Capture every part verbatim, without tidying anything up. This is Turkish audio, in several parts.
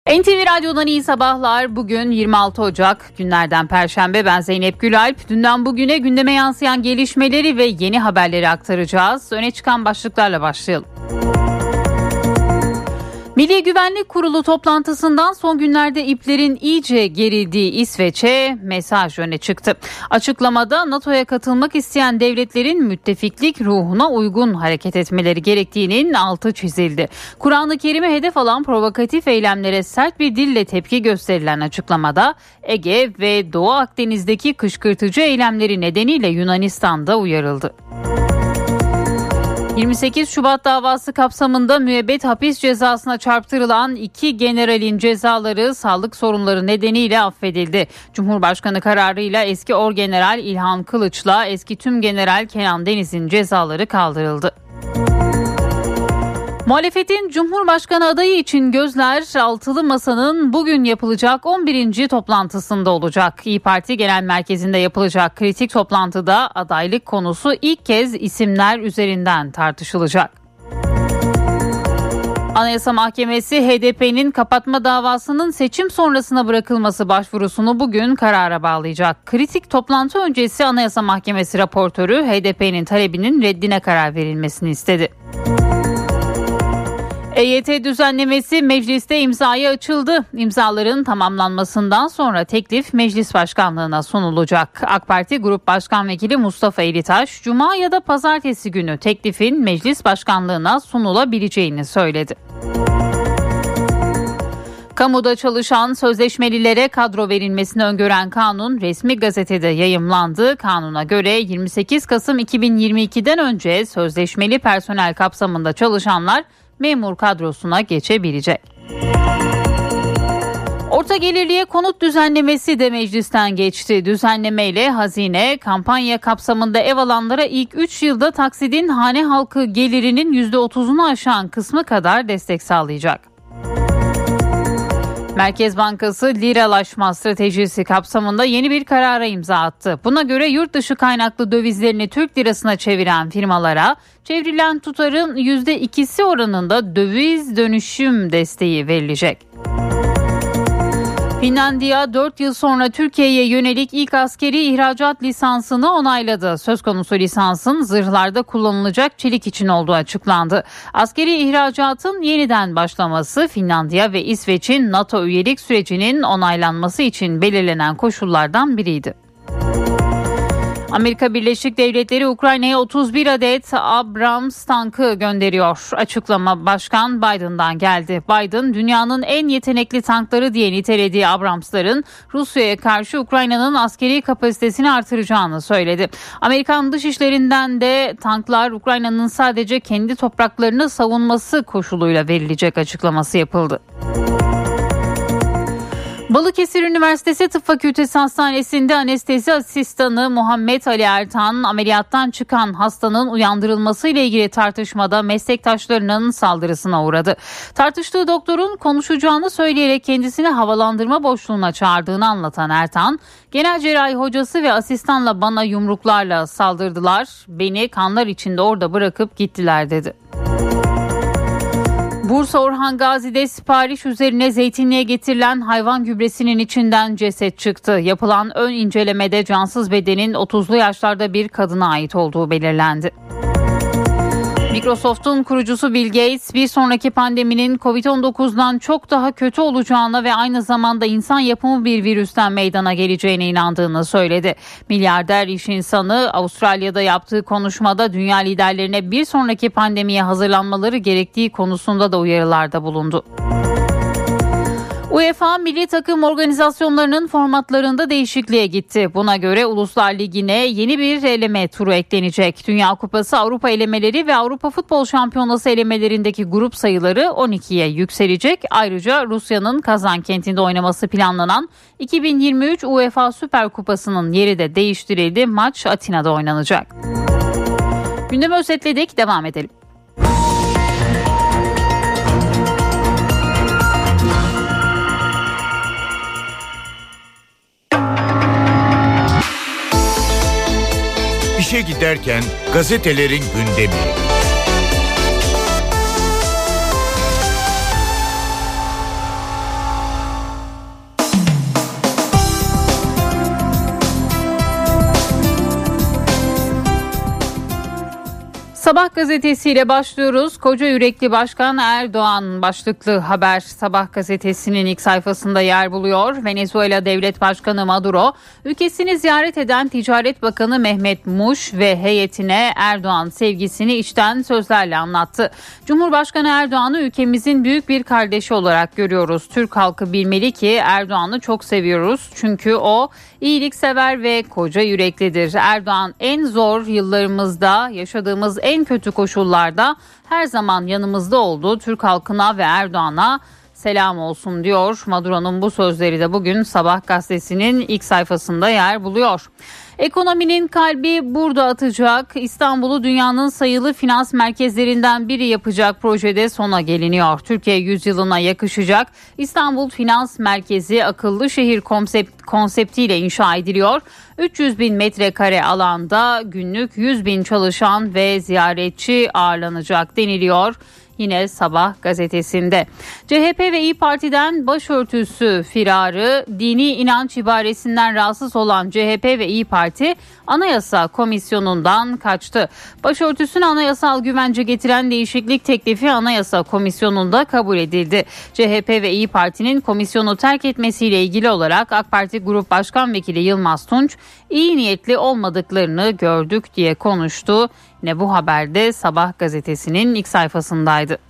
N T V Radyo'dan iyi sabahlar. Bugün yirmi altı Ocak, günlerden Perşembe. Ben Zeynep Gülalp. Dünden bugüne gündeme yansıyan gelişmeleri ve yeni haberleri aktaracağız. Öne çıkan başlıklarla başlayalım. Milli Güvenlik Kurulu toplantısından son günlerde iplerin iyice gerildiği İsveç'e mesaj öne çıktı. Açıklamada NATO'ya katılmak isteyen devletlerin müttefiklik ruhuna uygun hareket etmeleri gerektiğinin altı çizildi. Kur'an-ı Kerim'e hedef alan provokatif eylemlere sert bir dille tepki gösterilen açıklamada Ege ve Doğu Akdeniz'deki kışkırtıcı eylemleri nedeniyle Yunanistan'da uyarıldı. yirmi sekiz Şubat davası kapsamında müebbet hapis cezasına çarptırılan iki generalin cezaları sağlık sorunları nedeniyle affedildi. Cumhurbaşkanı kararıyla eski Orgeneral İlhan Kılıç'la eski Tümgeneral Kenan Deniz'in cezaları kaldırıldı. Muhalefetin Cumhurbaşkanı adayı için gözler Altılı Masa'nın bugün yapılacak on birinci toplantısında olacak. İYİ Parti Genel Merkezi'nde yapılacak kritik toplantıda adaylık konusu ilk kez isimler üzerinden tartışılacak. Anayasa Mahkemesi H D P'nin kapatma davasının seçim sonrasına bırakılması başvurusunu bugün karara bağlayacak. Kritik toplantı öncesi Anayasa Mahkemesi raportörü H D P'nin talebinin reddine karar verilmesini istedi. E Y T düzenlemesi mecliste imzaya açıldı. İmzaların tamamlanmasından sonra teklif meclis başkanlığına sunulacak. AK Parti Grup Başkan Vekili Mustafa Elitaş, Cuma ya da Pazartesi günü teklifin meclis başkanlığına sunulabileceğini söyledi. Kamuda çalışan sözleşmelilere kadro verilmesini öngören kanun resmi gazetede yayımlandı. Kanuna göre yirmi sekiz Kasım iki bin yirmi iki'den önce sözleşmeli personel kapsamında çalışanlar memur kadrosuna geçebilecek. Orta gelirliye konut düzenlemesi de meclisten geçti. Düzenlemeyle hazine kampanya kapsamında ev alanlara ilk üç yılda taksidin hane halkı gelirinin yüzde otuz'unu aşan kısmı kadar destek sağlayacak. Merkez Bankası liralaşma stratejisi kapsamında yeni bir karara imza attı. Buna göre yurt dışı kaynaklı dövizlerini Türk lirasına çeviren firmalara çevrilen tutarın yüzde iki'si oranında döviz dönüşüm desteği verilecek. Finlandiya dört yıl sonra Türkiye'ye yönelik ilk askeri ihracat lisansını onayladı. Söz konusu lisansın zırhlarda kullanılacak çelik için olduğu açıklandı. Askeri ihracatın yeniden başlaması Finlandiya ve İsveç'in NATO üyelik sürecinin onaylanması için belirlenen koşullardan biriydi. Amerika Birleşik Devletleri Ukrayna'ya otuz bir adet Abrams tankı gönderiyor. Açıklama Başkan Biden'dan geldi. Biden, dünyanın en yetenekli tankları diye nitelediği Abrams'ların Rusya'ya karşı Ukrayna'nın askeri kapasitesini artıracağını söyledi. Amerikan Dışişleri'nden de tanklar Ukrayna'nın sadece kendi topraklarını savunması koşuluyla verilecek açıklaması yapıldı. Balıkesir Üniversitesi Tıp Fakültesi Hastanesi'nde anestezi asistanı Muhammed Ali Ertan ameliyattan çıkan hastanın uyandırılması ile ilgili tartışmada meslektaşlarının saldırısına uğradı. Tartıştığı doktorun konuşacağını söyleyerek kendisini havalandırma boşluğuna çağırdığını anlatan Ertan, genel cerrahi hocası ve asistanla bana yumruklarla saldırdılar, beni kanlar içinde orada bırakıp gittiler dedi. Bursa Orhan Gazi'de sipariş üzerine zeytinliğe getirilen hayvan gübresinin içinden ceset çıktı. Yapılan ön incelemede cansız bedenin otuzlu yaşlarda bir kadına ait olduğu belirlendi. Microsoft'un kurucusu Bill Gates bir sonraki pandeminin kovid on dokuz'dan çok daha kötü olacağına ve aynı zamanda insan yapımı bir virüsten meydana geleceğine inandığını söyledi. Milyarder iş insanı Avustralya'da yaptığı konuşmada dünya liderlerine bir sonraki pandemiye hazırlanmaları gerektiği konusunda da uyarılarda bulundu. UEFA milli takım organizasyonlarının formatlarında değişikliğe gitti. Buna göre Uluslar Ligi'ne yeni bir eleme turu eklenecek. Dünya Kupası, Avrupa elemeleri ve Avrupa Futbol Şampiyonası elemelerindeki grup sayıları on iki'ye yükselecek. Ayrıca Rusya'nın Kazan kentinde oynaması planlanan iki bin yirmi üç UEFA Süper Kupası'nın yeri de değiştirildi. Maç Atina'da oynanacak. Gündemi özetledik, devam edelim. İşe giderken gazetelerin gündemi. Sabah gazetesiyle başlıyoruz. Koca yürekli Başkan Erdoğan başlıklı haber Sabah gazetesinin ilk sayfasında yer buluyor. Venezuela Devlet Başkanı Maduro, ülkesini ziyaret eden Ticaret Bakanı Mehmet Muş ve heyetine Erdoğan sevgisini içten sözlerle anlattı. Cumhurbaşkanı Erdoğan'ı ülkemizin büyük bir kardeşi olarak görüyoruz. Türk halkı bilmeli ki Erdoğan'ı çok seviyoruz. Çünkü o iyiliksever ve koca yüreklidir. Erdoğan en zor yıllarımızda, yaşadığımız en kötü koşullarda her zaman yanımızda oldu. Türk halkına ve Erdoğan'a selam olsun diyor. Maduro'nun bu sözleri de bugün Sabah gazetesinin ilk sayfasında yer buluyor. Ekonominin kalbi burada atacak. İstanbul'u dünyanın sayılı finans merkezlerinden biri yapacak projede sona geliniyor. Türkiye yüzyılına yakışacak İstanbul Finans Merkezi akıllı şehir konsept, konseptiyle inşa ediliyor. üç yüz bin metrekare alanda günlük yüz bin çalışan ve ziyaretçi ağırlanacak deniliyor. Yine Sabah gazetesinde. C H P ve İYİ Parti'den başörtüsü firarı, dini inanç ibaresinden rahatsız olan C H P ve İYİ Parti Anayasa Komisyonu'ndan kaçtı. Başörtüsüne anayasal güvence getiren değişiklik teklifi Anayasa Komisyonu'nda kabul edildi. C H P ve İYİ Parti'nin komisyonu terk etmesiyle ilgili olarak AK Parti Grup Başkan Vekili Yılmaz Tunç, iyi niyetli olmadıklarını gördük diye konuştu. Yine bu haberde Sabah gazetesinin ilk sayfasındaydı.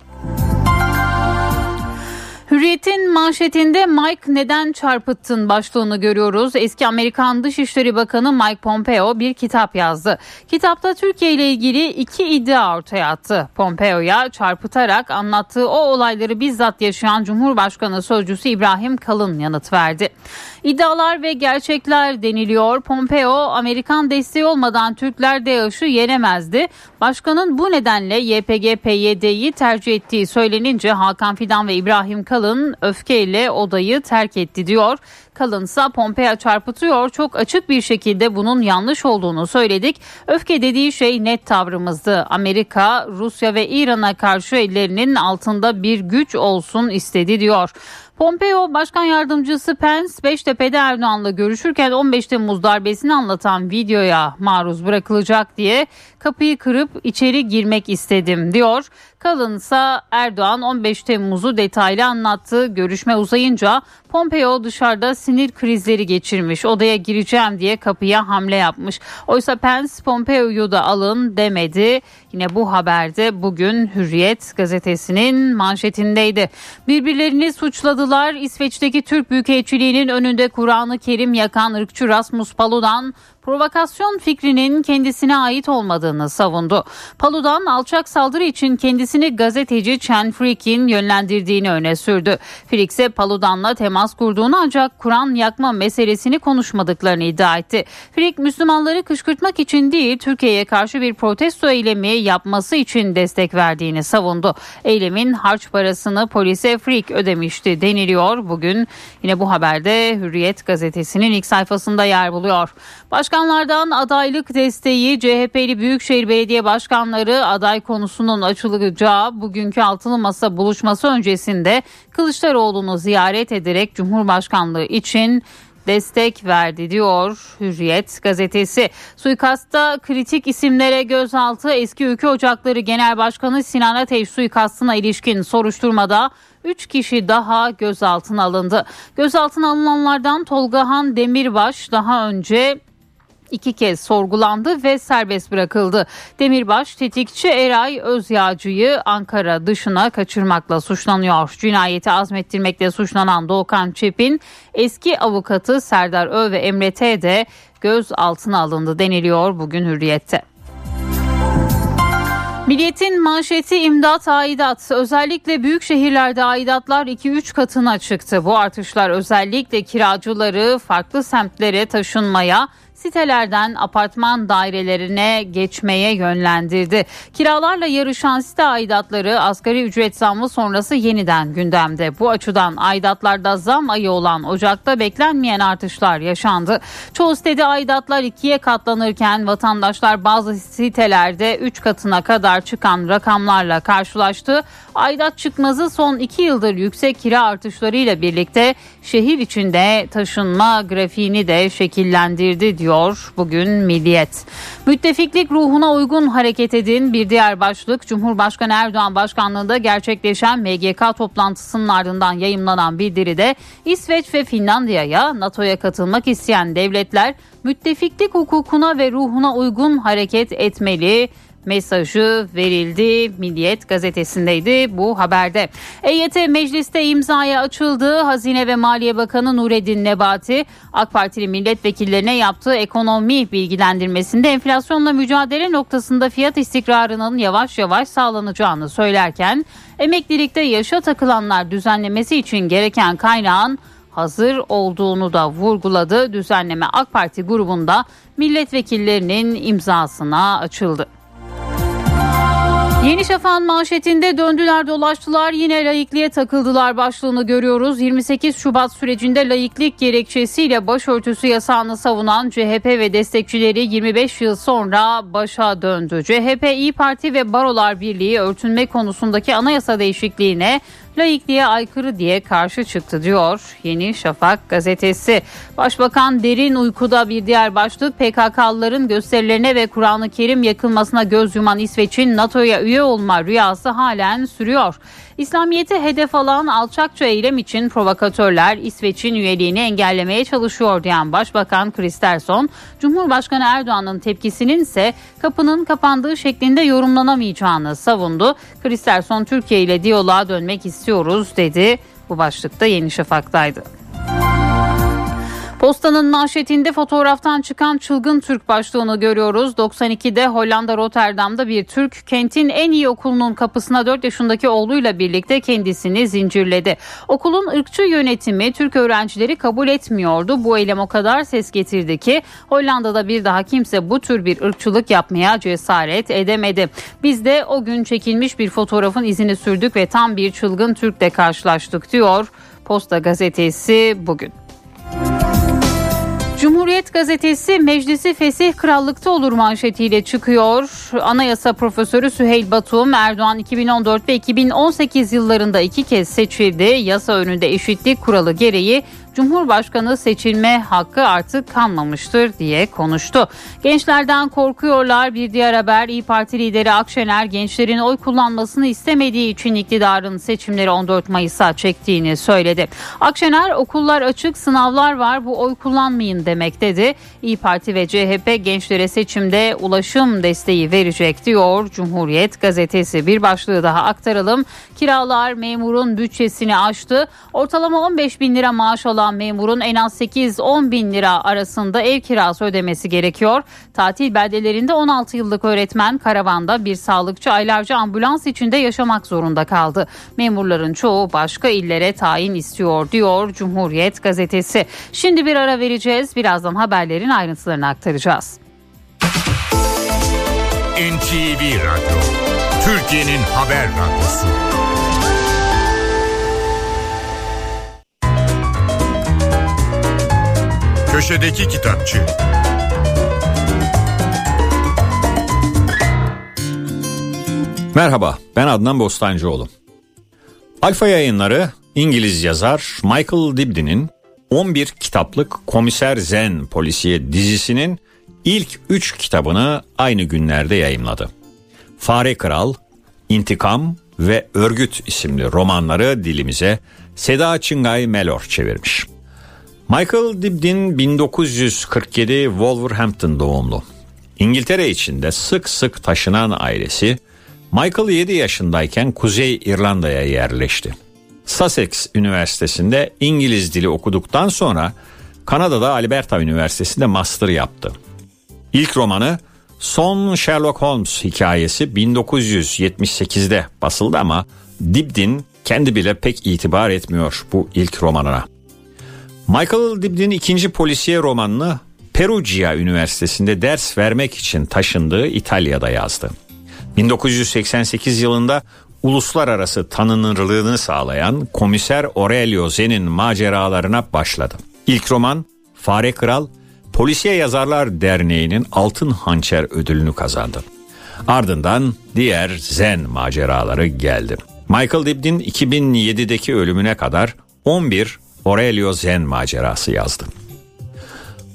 Hürriyet'in manşetinde Mike neden çarpıttın başlığını görüyoruz. Eski Amerikan Dışişleri Bakanı Mike Pompeo bir kitap yazdı. Kitapta Türkiye ile ilgili iki iddia ortaya attı. Pompeo'ya çarpıtarak anlattığı o olayları bizzat yaşayan Cumhurbaşkanı Sözcüsü İbrahim Kalın yanıt verdi. İddialar ve gerçekler deniliyor. Pompeo, Amerikan desteği olmadan Türkler DAEŞ'ı yenemezdi. Başkanın bu nedenle Y P G P Y D'yi tercih ettiği söylenince Hakan Fidan ve İbrahim Kalın öfkeyle odayı terk etti diyor. Kalınsa Pompeo çarpıtıyor, çok açık bir şekilde bunun yanlış olduğunu söyledik. Öfke dediği şey net tavrımızdı. Amerika, Rusya ve İran'a karşı ellerinin altında bir güç olsun istedi diyor. Pompeo, Başkan Yardımcısı Pence, Beştepe'de Erdoğan'la görüşürken on beş Temmuz darbesini anlatan videoya maruz bırakılacak diye kapıyı kırıp içeri girmek istedim diyor. Kalınsa Erdoğan on beş Temmuz'u detaylı anlattı. Görüşme uzayınca Pompeo dışarıda sinir krizleri geçirmiş. Odaya gireceğim diye kapıya hamle yapmış. Oysa Pence Pompeo'yu da alın demedi. Yine bu haberde bugün Hürriyet gazetesinin manşetindeydi. Birbirlerini suçladılar. İsveç'teki Türk Büyükelçiliği'nin önünde Kur'an-ı Kerim yakan ırkçı Rasmus Paludan provokasyon fikrinin kendisine ait olmadığını savundu. Paludan alçak saldırı için kendisini gazeteci Chen Frick'in yönlendirdiğini öne sürdü. Frick ise Paludan'la temas kurduğunu ancak Kur'an yakma meselesini konuşmadıklarını iddia etti. Frick, Müslümanları kışkırtmak için değil, Türkiye'ye karşı bir protesto eylemi yapması için destek verdiğini savundu. Eylemin harç parasını polise Frick ödemişti deniliyor. Bugün yine bu haberde Hürriyet gazetesinin ilk sayfasında yer buluyor. Başkanlardan adaylık desteği. C H P'li Büyükşehir Belediye Başkanları aday konusunun açılacağı bugünkü altılı masa buluşması öncesinde Kılıçdaroğlu'nu ziyaret ederek Cumhurbaşkanlığı için destek verdi diyor Hürriyet gazetesi. Suikastta kritik isimlere gözaltı. Eski Ülke Ocakları Genel Başkanı Sinan Ateş suikastına ilişkin soruşturmada üç kişi daha gözaltına alındı. Gözaltına alınanlardan Tolgahan Demirbaş daha önce İki kez sorgulandı ve serbest bırakıldı. Demirbaş, tetikçi Eray Özyağcı'yı Ankara dışına kaçırmakla suçlanıyor. Cinayeti azmettirmekle suçlanan Doğukan Çepin eski avukatı Serdar Ö ve Emre T de gözaltına alındı deniliyor bugün Hürriyet'te. Milliyet'in manşeti imdat aidat. Özellikle büyük şehirlerde aidatlar iki üç katına çıktı. Bu artışlar özellikle kiracıları farklı semtlere taşınmaya, sitelerden apartman dairelerine geçmeye yönlendirdi. Kiralarla yarışan site aidatları asgari ücret zammı sonrası yeniden gündemde. Bu açıdan aidatlarda zam ayı olan Ocak'ta beklenmeyen artışlar yaşandı. Çoğu sitede aidatlar ikiye katlanırken vatandaşlar bazı sitelerde üç katına kadar çıkan rakamlarla karşılaştı. Aidat çıkmazı son iki yıldır yüksek kira artışlarıyla birlikte şehir içinde taşınma grafiğini de şekillendirdi diyor diyor bugün Milliyet. Müttefiklik ruhuna uygun hareket edin bir diğer başlık. Cumhurbaşkanı Erdoğan başkanlığında gerçekleşen M G K toplantısının ardından yayımlanan bildiride İsveç ve Finlandiya'ya NATO'ya katılmak isteyen devletler müttefiklik hukukuna ve ruhuna uygun hareket etmeli mesajı verildi. Milliyet gazetesindeydi bu haberde. E Y T mecliste imzaya açıldı. Hazine ve Maliye Bakanı Nureddin Nebati AK Partili milletvekillerine yaptığı ekonomi bilgilendirmesinde enflasyonla mücadele noktasında fiyat istikrarının yavaş yavaş sağlanacağını söylerken emeklilikte yaşa takılanlar düzenlemesi için gereken kaynağın hazır olduğunu da vurguladı. Düzenleme AK Parti grubunda milletvekillerinin imzasına açıldı. Yeni Şafak'ın manşetinde döndüler dolaştılar yine laikliğe takıldılar başlığını görüyoruz. yirmi sekiz Şubat sürecinde laiklik gerekçesiyle başörtüsü yasağını savunan C H P ve destekçileri yirmi beş yıl sonra başa döndü. C H P, İYİ Parti ve Barolar Birliği örtünme konusundaki anayasa değişikliğine laikliğe aykırı diye karşı çıktı diyor Yeni Şafak gazetesi. Başbakan derin uykuda bir diğer başlık. P K K'lıların gösterilerine ve Kur'an-ı Kerim yakılmasına göz yuman İsveç'in NATO'ya üye olma rüyası halen sürüyor. İslamiyet'i hedef alan alçakça eylem için provokatörler İsveç'in üyeliğini engellemeye çalışıyor diyen Başbakan Kristersson, Cumhurbaşkanı Erdoğan'ın tepkisinin ise kapının kapandığı şeklinde yorumlanamayacağını savundu. Kristersson Türkiye ile diyaloğa dönmek istiyoruz dedi. Bu başlıkta Yeni Şafak'taydı. Postanın manşetinde fotoğraftan çıkan çılgın Türk başlığını görüyoruz. doksan ikide Hollanda Rotterdam'da bir Türk kentin en iyi okulunun kapısına dört yaşındaki oğluyla birlikte kendisini zincirledi. Okulun ırkçı yönetimi Türk öğrencileri kabul etmiyordu. Bu eylem o kadar ses getirdi ki Hollanda'da bir daha kimse bu tür bir ırkçılık yapmaya cesaret edemedi. Biz de o gün çekilmiş bir fotoğrafın izini sürdük ve tam bir çılgın Türk'le karşılaştık diyor Posta gazetesi bugün. Cumhuriyet gazetesi meclisi fesih krallıkta olur manşetiyle çıkıyor. Anayasa profesörü Süheyl Batum, Erdoğan iki bin on dört ve iki bin on sekiz yıllarında iki kez seçildi. Yasa önünde eşitlik kuralı gereği Cumhurbaşkanı seçilme hakkı artık kalmamıştır diye konuştu. Gençlerden korkuyorlar. Bir diğer haber, İYİ Parti lideri Akşener gençlerin oy kullanmasını istemediği için iktidarın seçimleri on dört Mayıs'a çektiğini söyledi. Akşener okullar açık, sınavlar var, bu oy kullanmayın demek dedi. İYİ Parti ve C H P gençlere seçimde ulaşım desteği verecek diyor Cumhuriyet gazetesi. Bir başlığı daha aktaralım. Kiralar memurun bütçesini aştı. Ortalama on beş bin lira maaş alan memurun en az sekiz on bin lira arasında ev kirası ödemesi gerekiyor. Tatil beldelerinde on altı yıllık öğretmen, karavanda bir sağlıkçı aylarca ambulans içinde yaşamak zorunda kaldı. Memurların çoğu başka illere tayin istiyor diyor Cumhuriyet gazetesi. Şimdi bir ara vereceğiz. Birazdan haberlerin ayrıntılarını aktaracağız. N T V Radyo, Türkiye'nin haber radyosu. Köşedeki Kitapçı. Merhaba, ben Adnan Bostancıoğlu. Alfa Yayınları İngiliz yazar Michael Dibdin'in on bir kitaplık Komiser Zen polisiye dizisinin ilk üç kitabını aynı günlerde yayımladı. Fare Kral, İntikam ve Örgüt isimli romanları dilimize Seda Çıngay Melor çevirmiş. Michael Dibdin bin dokuz yüz kırk yedi Wolverhampton doğumlu. İngiltere içinde sık sık taşınan ailesi Michael yedi yaşındayken Kuzey İrlanda'ya yerleşti. Sussex Üniversitesi'nde İngiliz dili okuduktan sonra Kanada'da Alberta Üniversitesi'nde master yaptı. İlk romanı Son Sherlock Holmes hikayesi bin dokuz yüz yetmiş sekizde basıldı ama Dibdin kendi bile pek itibar etmiyor bu ilk romanına. Michael Dibdin ikinci polisiye romanını Perugia Üniversitesi'nde ders vermek için taşındığı İtalya'da yazdı. bin dokuz yüz seksen sekiz yılında uluslararası tanınırlığını sağlayan Komiser Aurelio Zen'in maceralarına başladı. İlk roman Fare Kral, Polisiye Yazarlar Derneği'nin Altın Hançer ödülünü kazandı. Ardından diğer Zen maceraları geldi. Michael Dibdin iki bin yedideki ölümüne kadar on bir Aurelio Zen macerası yazdı.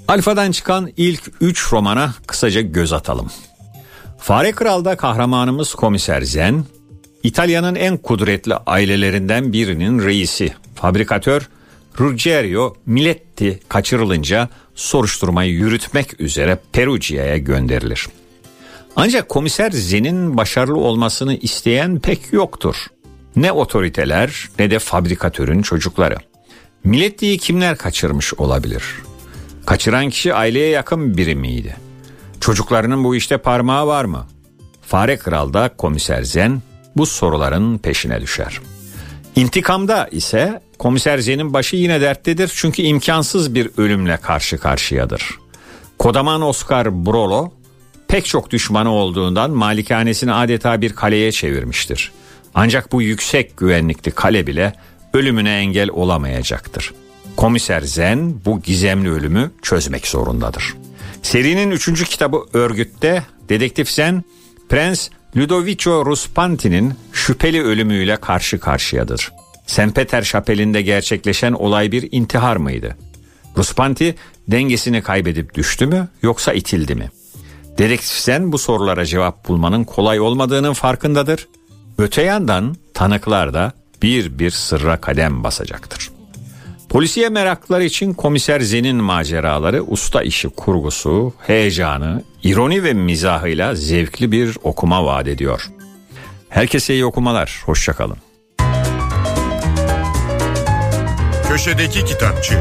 Alfa'dan çıkan ilk üç romana kısaca göz atalım. Fare Kral'da kahramanımız Komiser Zen, İtalya'nın en kudretli ailelerinden birinin reisi, fabrikatör Ruggiero Miletti kaçırılınca soruşturmayı yürütmek üzere Perugia'ya gönderilir. Ancak Komiser Zen'in başarılı olmasını isteyen pek yoktur. Ne otoriteler ne de fabrikatörün çocukları. Miletti'yi kimler kaçırmış olabilir? Kaçıran kişi aileye yakın biri miydi? Çocuklarının bu işte parmağı var mı? Fare Kral'da Komiser Zen bu soruların peşine düşer. İntikamda ise Komiser Zen'in başı yine derttedir çünkü imkansız bir ölümle karşı karşıyadır. Kodaman Oscar Brolo pek çok düşmanı olduğundan malikanesini adeta bir kaleye çevirmiştir. Ancak bu yüksek güvenlikli kale bile ölümüne engel olamayacaktır. Komiser Zen bu gizemli ölümü çözmek zorundadır. Serinin üçüncü kitabı Örgüt'te dedektif Zen, Prens Ludovico Ruspanti'nin şüpheli ölümüyle karşı karşıyadır. Saint Peter Şapeli'nde gerçekleşen olay bir intihar mıydı? Ruspanti dengesini kaybedip düştü mü yoksa itildi mi? Dedektif Zen bu sorulara cevap bulmanın kolay olmadığının farkındadır. Öte yandan tanıklar da bir bir sırra kadem basacaktır. Polisiye meraklıları için Komiser Zen'in maceraları usta işi kurgusu, heyecanı, ironi ve mizahıyla zevkli bir okuma vaat ediyor. Herkese iyi okumalar, hoşça kalın. Köşedeki Kitapçı.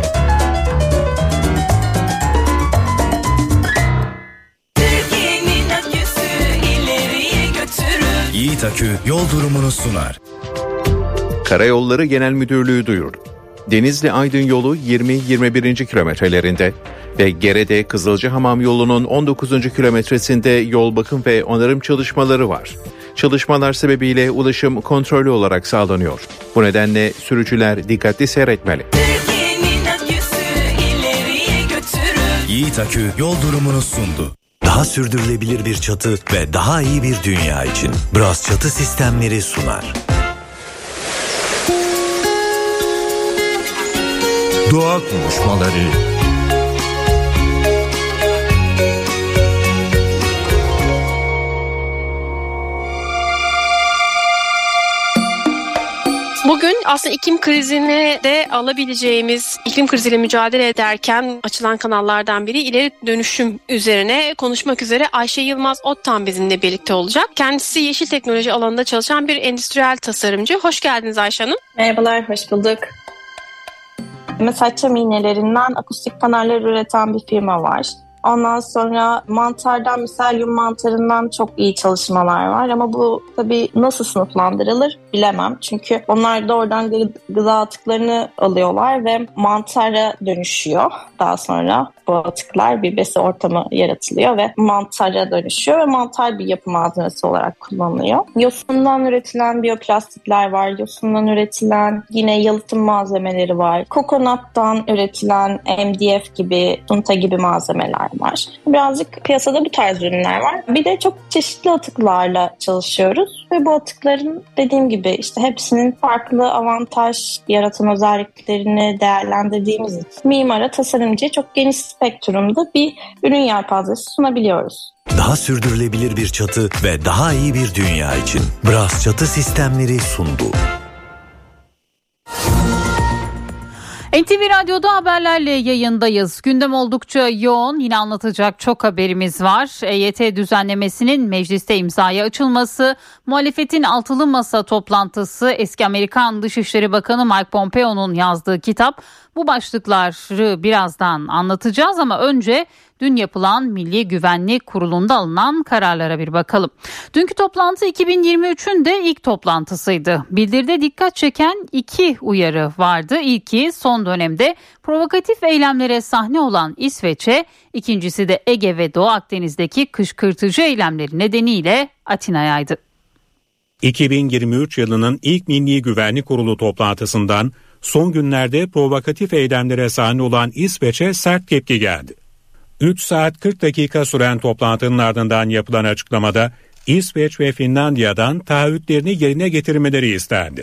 Yiğit Akü yol durumunu sunar. Karayolları Genel Müdürlüğü duyurdu. Denizli-Aydın yolu yirmi yirmi birinci kilometrelerinde ve Gerede Kızılcahamam yolunun on dokuzuncu kilometresinde yol bakım ve onarım çalışmaları var. Çalışmalar sebebiyle ulaşım kontrollü olarak sağlanıyor. Bu nedenle sürücüler dikkatli seyretmeli. Yiğit Akü yol durumunu sundu. Daha sürdürülebilir bir çatı ve daha iyi bir dünya için Bras Çatı Sistemleri sunar. Doğa konuşmaları. Bugün aslında iklim krizine de alabileceğimiz, iklim kriziyle mücadele ederken açılan kanallardan biri ileri dönüşüm üzerine konuşmak üzere Ayşe Yılmaz Ottan bizimle birlikte olacak. Kendisi yeşil teknoloji alanında çalışan bir endüstriyel tasarımcı. Hoş geldiniz Ayşe Hanım. Merhabalar, hoş bulduk. Mesela çam iğnelerinden akustik paneller üreten bir firma var. Ondan sonra mantardan, miselyum mantarından çok iyi çalışmalar var. Ama bu tabii nasıl sınıflandırılır bilemem. Çünkü onlar da oradan gıda atıklarını alıyorlar ve mantara dönüşüyor. Daha sonra bu atıklar bir besi ortamı yaratılıyor ve mantara dönüşüyor ve mantar bir yapı malzemesi olarak kullanılıyor. Yosundan üretilen biyoplastikler var. Yosundan üretilen yine yalıtım malzemeleri var. Kokonattan üretilen M D F gibi, sunta gibi malzemeler var. Birazcık piyasada bu tarz ürünler var. Bir de çok çeşitli atıklarla çalışıyoruz ve bu atıkların dediğim gibi işte hepsinin farklı avantaj yaratan özelliklerini değerlendirdiğimiz için mimara, tasarımcıya çok geniş spektrumda bir ürün yelpazesi sunabiliyoruz. Daha sürdürülebilir bir çatı ve daha iyi bir dünya için Bras Çatı Sistemleri sundu. N T V Radyo'da haberlerle yayındayız. Gündem oldukça yoğun. Yine anlatacak çok haberimiz var. E Y T düzenlemesinin mecliste imzaya açılması, muhalefetin altılı masa toplantısı, eski Amerikan Dışişleri Bakanı Mike Pompeo'nun yazdığı kitap. Bu başlıkları birazdan anlatacağız ama önce dün yapılan Milli Güvenlik Kurulu'nda alınan kararlara bir bakalım. Dünkü toplantı iki bin yirmi üçün de ilk toplantısıydı. Bildiride dikkat çeken iki uyarı vardı. İlki son dönemde provokatif eylemlere sahne olan İsveç'e, ikincisi de Ege ve Doğu Akdeniz'deki kışkırtıcı eylemleri nedeniyle Atina'yaydı. iki bin yirmi üç yılının ilk Milli Güvenlik Kurulu toplantısından son günlerde provokatif eylemlere sahne olan İsveç'e sert tepki geldi. üç saat kırk dakika süren toplantının ardından yapılan açıklamada İsveç ve Finlandiya'dan taahhütlerini yerine getirmeleri istendi.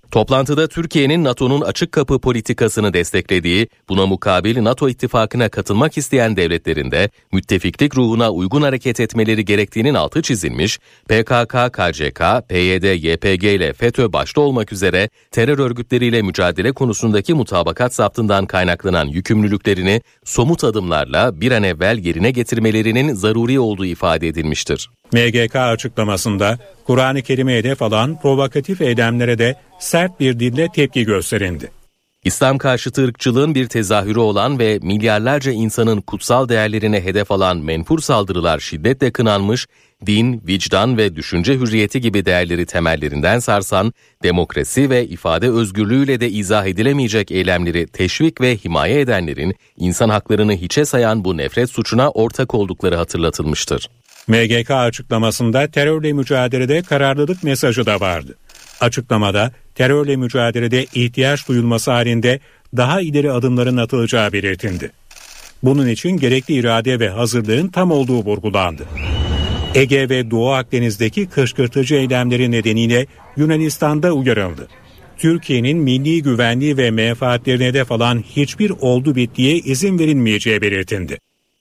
Toplantıda Türkiye'nin NATO'nun açık kapı politikasını desteklediği, buna mukabil NATO ittifakına katılmak isteyen devletlerin de müttefiklik ruhuna uygun hareket etmeleri gerektiğinin altı çizilmiş, P K K, K C K, P Y D, Y P G ile FETÖ başta olmak üzere terör örgütleriyle mücadele konusundaki mutabakat zaptından kaynaklanan yükümlülüklerini somut adımlarla bir an evvel yerine getirmelerinin zaruri olduğu ifade edilmiştir. M G K açıklamasında Kur'an-ı Kerim'e hedef alan provokatif eylemlere de sert bir dille tepki gösterildi. İslam karşıtı ırkçılığın bir tezahürü olan ve milyarlarca insanın kutsal değerlerine hedef alan menfur saldırılar şiddetle kınanmış, din, vicdan ve düşünce hürriyeti gibi değerleri temellerinden sarsan, demokrasi ve ifade özgürlüğüyle de izah edilemeyecek eylemleri teşvik ve himaye edenlerin insan haklarını hiçe sayan bu nefret suçuna ortak oldukları hatırlatılmıştır. M G K açıklamasında terörle mücadelede kararlılık mesajı da vardı. Açıklamada terörle mücadelede ihtiyaç duyulması halinde daha ileri adımların atılacağı belirtildi. Bunun için gerekli irade ve hazırlığın tam olduğu vurgulandı. Ege ve Doğu Akdeniz'deki kışkırtıcı eylemleri nedeniyle Yunanistan'da uyarıldı. Türkiye'nin milli güvenliği ve menfaatlerine hedef alan hiçbir oldu bittiye izin verilmeyeceği belirtildi.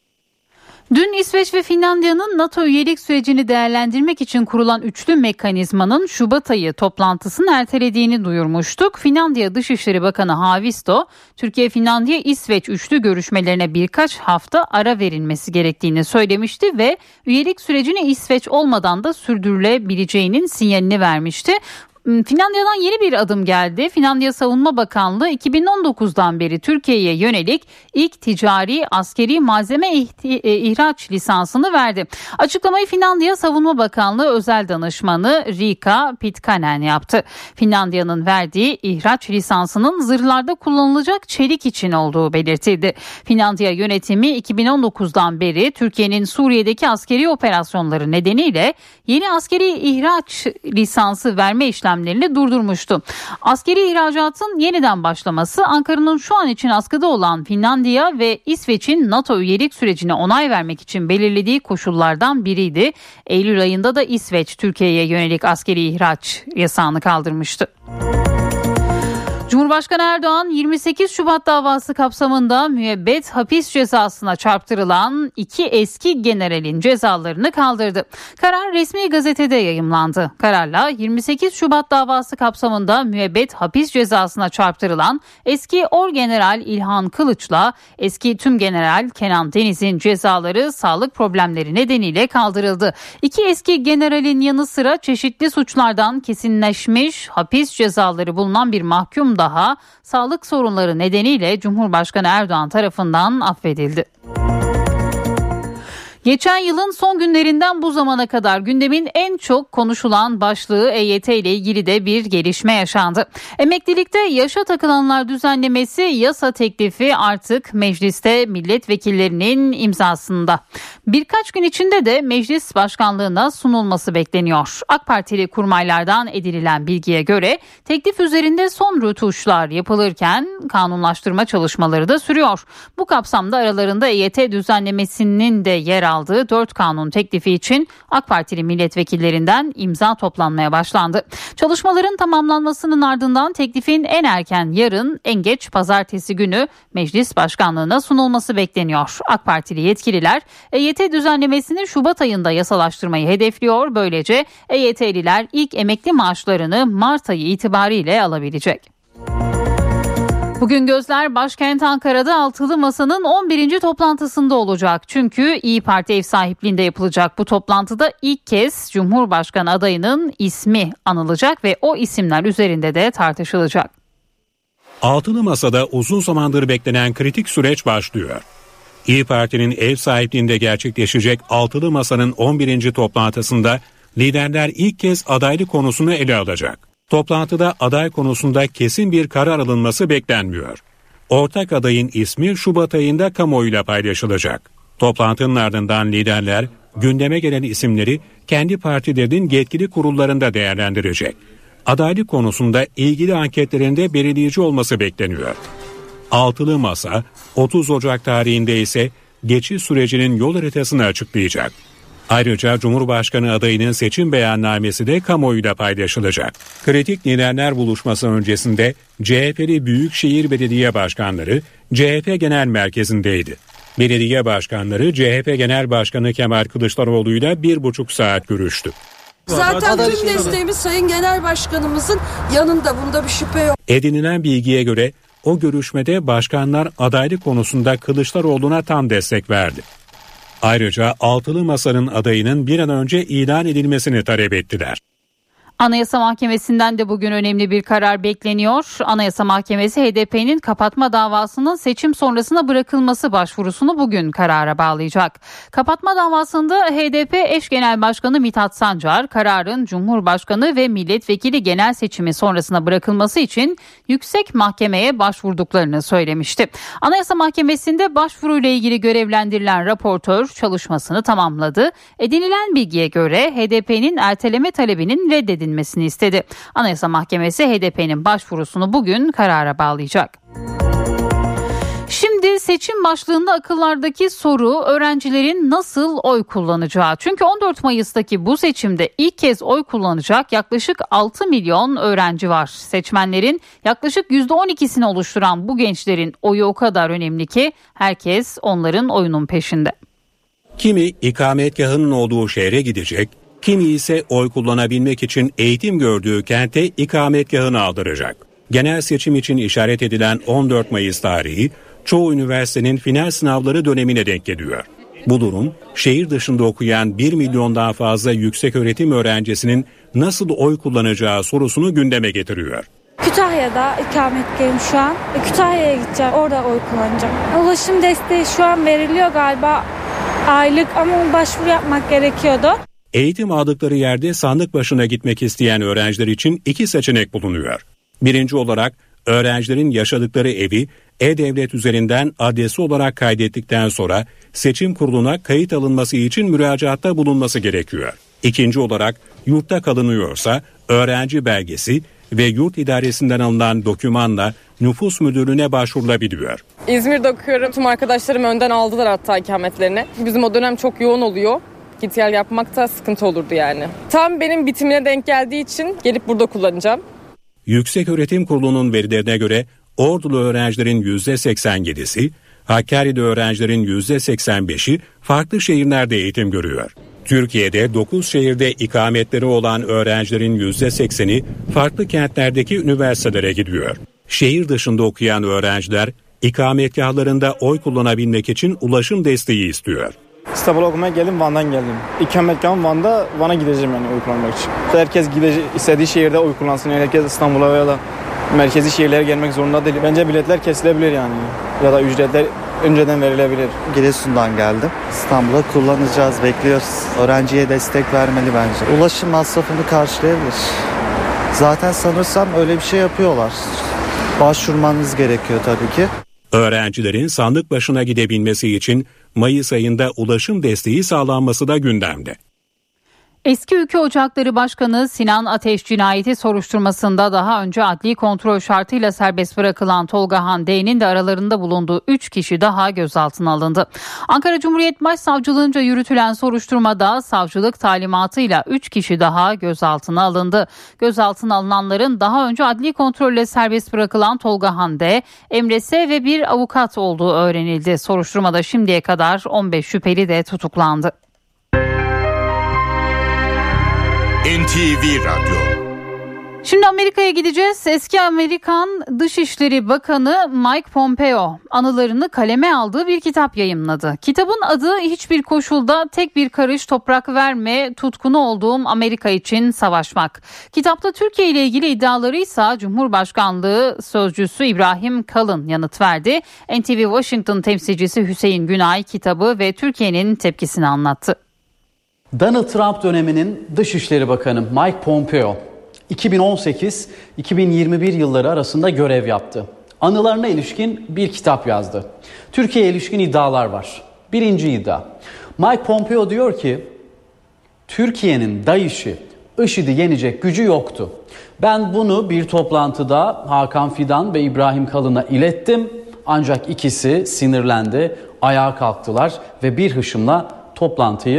Dün İsveç ve Finlandiya'nın NATO üyelik sürecini değerlendirmek için kurulan üçlü mekanizmanın Şubat ayı toplantısını ertelediğini duyurmuştuk. Finlandiya Dışişleri Bakanı Haavisto, Türkiye-Finlandiya-İsveç üçlü görüşmelerine birkaç hafta ara verilmesi gerektiğini söylemişti ve üyelik sürecini İsveç olmadan da sürdürülebileceğinin sinyalini vermişti. Finlandiya'dan yeni bir adım geldi. Finlandiya Savunma Bakanlığı iki bin on dokuzdan beri Türkiye'ye yönelik ilk ticari askeri malzeme ihti- ihraç lisansını verdi. Açıklamayı Finlandiya Savunma Bakanlığı özel danışmanı Riikka Pitkanen yaptı. Finlandiya'nın verdiği ihraç lisansının zırhlarda kullanılacak çelik için olduğu belirtildi. Finlandiya yönetimi iki bin on dokuzdan beri Türkiye'nin Suriye'deki askeri operasyonları nedeniyle yeni askeri ihraç lisansı verme işlemleri durdurmuştu. Askeri ihracatın yeniden başlaması Ankara'nın şu an için askıda olan Finlandiya ve İsveç'in NATO üyelik sürecine onay vermek için belirlediği koşullardan biriydi. Eylül ayında da İsveç Türkiye'ye yönelik askeri ihraç yasağını kaldırmıştı. Cumhurbaşkanı Erdoğan yirmi sekiz Şubat davası kapsamında müebbet hapis cezasına çarptırılan iki eski generalin cezalarını kaldırdı. Karar resmi gazetede yayımlandı. Kararla yirmi sekiz Şubat davası kapsamında müebbet hapis cezasına çarptırılan eski Orgeneral İlhan Kılıç'la eski Tümgeneral Kenan Deniz'in cezaları sağlık problemleri nedeniyle kaldırıldı. İki eski generalin yanı sıra çeşitli suçlardan kesinleşmiş hapis cezaları bulunan bir mahkum daha sağlık sorunları nedeniyle Cumhurbaşkanı Erdoğan tarafından affedildi. Geçen yılın son günlerinden bu zamana kadar gündemin en çok konuşulan başlığı E Y T ile ilgili de bir gelişme yaşandı. Emeklilikte yaşa takılanlar düzenlemesi yasa teklifi artık mecliste milletvekillerinin imzasında. Birkaç gün içinde de meclis başkanlığına sunulması bekleniyor. AK Partili kurmaylardan edinilen bilgiye göre teklif üzerinde son rötuşlar yapılırken kanunlaştırma çalışmaları da sürüyor. Bu kapsamda aralarında E Y T düzenlemesinin de yer aldığı aldığı dört kanun teklifi için AK Partili milletvekillerinden imza toplanmaya başlandı. Çalışmaların tamamlanmasının ardından teklifin en erken yarın, en geç pazartesi günü meclis başkanlığına sunulması bekleniyor. AK Partili yetkililer E Y T düzenlemesini Şubat ayında yasalaştırmayı hedefliyor. Böylece E Y T'liler ilk emekli maaşlarını Mart ayı itibariyle alabilecek. Bugün gözler başkent Ankara'da Altılı Masa'nın on birinci toplantısında olacak. Çünkü İYİ Parti ev sahipliğinde yapılacak bu toplantıda ilk kez Cumhurbaşkanı adayının ismi anılacak ve o isimler üzerinde de tartışılacak. Altılı Masa'da uzun zamandır beklenen kritik süreç başlıyor. İYİ Parti'nin ev sahipliğinde gerçekleşecek Altılı Masa'nın on birinci toplantısında liderler ilk kez adaylık konusunu ele alacak. Toplantıda aday konusunda kesin bir karar alınması beklenmiyor. Ortak adayın ismi Şubat ayında kamuoyuyla paylaşılacak. Toplantının ardından liderler gündeme gelen isimleri kendi partilerinin yetkili kurullarında değerlendirecek. Adaylık konusunda ilgili anketlerinde belirleyici olması bekleniyor. Altılı Masa otuz Ocak tarihinde ise geçiş sürecinin yol haritasını açıklayacak. Ayrıca Cumhurbaşkanı adayının seçim beyannamesi de kamuoyuyla paylaşılacak. Kritik liderler buluşması öncesinde C H P'li Büyükşehir Belediye Başkanları C H P Genel Merkezi'ndeydi. Belediye başkanları C H P Genel Başkanı Kemal Kılıçdaroğlu'yla bir buçuk saat görüştü. Zaten tüm desteğimiz Sayın Genel Başkanımızın yanında, bunda bir şüphe yok. Edinilen bilgiye göre o görüşmede başkanlar adaylık konusunda Kılıçdaroğlu'na tam destek verdi. Ayrıca altılı masanın adayının bir an önce ilan edilmesini talep ettiler. Anayasa Mahkemesi'nden de bugün önemli bir karar bekleniyor. Anayasa Mahkemesi H D P'nin kapatma davasının seçim sonrasına bırakılması başvurusunu bugün karara bağlayacak. Kapatma davasında H D P eş genel başkanı Mithat Sancar, kararın Cumhurbaşkanı ve milletvekili genel seçimi sonrasına bırakılması için yüksek mahkemeye başvurduklarını söylemişti. Anayasa Mahkemesi'nde başvuruyla ilgili görevlendirilen raportör çalışmasını tamamladı. Edinilen bilgiye göre H D P'nin erteleme talebinin reddedilmesini edilmesini istedi. Anayasa Mahkemesi H D P'nin başvurusunu bugün karara bağlayacak. Şimdi seçim başlığında akıllardaki soru öğrencilerin nasıl oy kullanacağı. Çünkü on dört Mayıs'taki bu seçimde ilk kez oy kullanacak yaklaşık altı milyon öğrenci var. Seçmenlerin yaklaşık yüzde on ikisini oluşturan bu gençlerin oyu o kadar önemli ki herkes onların oyunun peşinde. Kimi ikametgahının olduğu şehre gidecek, kimi ise oy kullanabilmek için eğitim gördüğü kente ikametgahını aldıracak. Genel seçim için işaret edilen on dört Mayıs tarihi çoğu üniversitenin final sınavları dönemine denk geliyor. Bu durum şehir dışında okuyan bir milyondan fazla yükseköğretim öğrencisinin nasıl oy kullanacağı sorusunu gündeme getiriyor. Kütahya'da ikametgahım şu an. Kütahya'ya gideceğim, orada oy kullanacağım. Ulaşım desteği şu an veriliyor galiba aylık ama başvuru yapmak gerekiyordu. Eğitim aldıkları yerde sandık başına gitmek isteyen öğrenciler için iki seçenek bulunuyor. Birinci olarak öğrencilerin yaşadıkları evi E-Devlet üzerinden adresi olarak kaydettikten sonra seçim kuruluna kayıt alınması için müracaatta bulunması gerekiyor. İkinci olarak yurtta kalınıyorsa öğrenci belgesi ve yurt idaresinden alınan dokümanla nüfus müdürlüğüne başvurulabiliyor. İzmir'de okuyorum. Tüm arkadaşlarım önden aldılar hatta ikametlerini. Bizim o dönem çok yoğun oluyor. Git gel yapmak da sıkıntı olurdu yani. Tam benim bitimine denk geldiği için gelip burada kullanacağım. Yükseköğretim Kurulu'nun verilerine göre Ordulu öğrencilerin yüzde seksen yedisi, Hakkari'de öğrencilerin yüzde seksen beşi farklı şehirlerde eğitim görüyor. Türkiye'de dokuz şehirde ikametleri olan öğrencilerin yüzde sekseni farklı kentlerdeki üniversitelere gidiyor. Şehir dışında okuyan öğrenciler ikametgahlarında oy kullanabilmek için ulaşım desteği istiyor. İstanbul'a okumaya geldim, Van'dan geldim. İkametgahım Van'da, Van'a gideceğim yani oy kullanmak için. Herkes gidece- istediği şehirde oy kullansın. Yani herkes İstanbul'a veya da merkezi şehirlere gelmek zorunda değil. Bence biletler kesilebilir yani. Ya da ücretler önceden verilebilir. Giresun'dan geldim. İstanbul'a kullanacağız, bekliyoruz. Öğrenciye destek vermeli bence. Ulaşım masrafını karşılayabilir. Zaten sanırsam öyle bir şey yapıyorlar. Başvurmanız gerekiyor tabii ki. Öğrencilerin sandık başına gidebilmesi için Mayıs ayında ulaşım desteği sağlanması da gündemde. Eski Ülke Ocakları Başkanı Sinan Ateş cinayeti soruşturmasında daha önce adli kontrol şartıyla serbest bırakılan Tolga Han D'nin de aralarında bulunduğu üç kişi daha gözaltına alındı. Ankara Cumhuriyet Başsavcılığınca yürütülen soruşturmada savcılık talimatıyla üç kişi daha gözaltına alındı. Gözaltına alınanların daha önce adli kontrolle serbest bırakılan Tolga Han D, Emre S ve bir avukat olduğu öğrenildi. Soruşturmada şimdiye kadar on beş şüpheli de tutuklandı. N T V Radyo. Şimdi Amerika'ya gideceğiz. Eski Amerikan Dışişleri Bakanı Mike Pompeo anılarını kaleme aldığı bir kitap yayımladı. Kitabın adı hiçbir koşulda tek bir karış toprak verme, tutkunu olduğum Amerika için savaşmak. Kitapta Türkiye ile ilgili iddiaları ise Cumhurbaşkanlığı Sözcüsü İbrahim Kalın yanıt verdi. N T V Washington temsilcisi Hüseyin Günay kitabı ve Türkiye'nin tepkisini anlattı. Donald Trump döneminin Dışişleri Bakanı Mike Pompeo iki bin on sekiz iki bin yirmi bir yılları arasında görev yaptı. Anılarına ilişkin bir kitap yazdı. Türkiye'ye ilişkin iddialar var. Birinci iddia. Mike Pompeo diyor ki Türkiye'nin DAEŞ'i, IŞİD'i yenecek gücü yoktu. Ben bunu bir toplantıda Hakan Fidan ve İbrahim Kalın'a ilettim. Ancak ikisi sinirlendi, ayağa kalktılar ve bir hışımla toplantıyı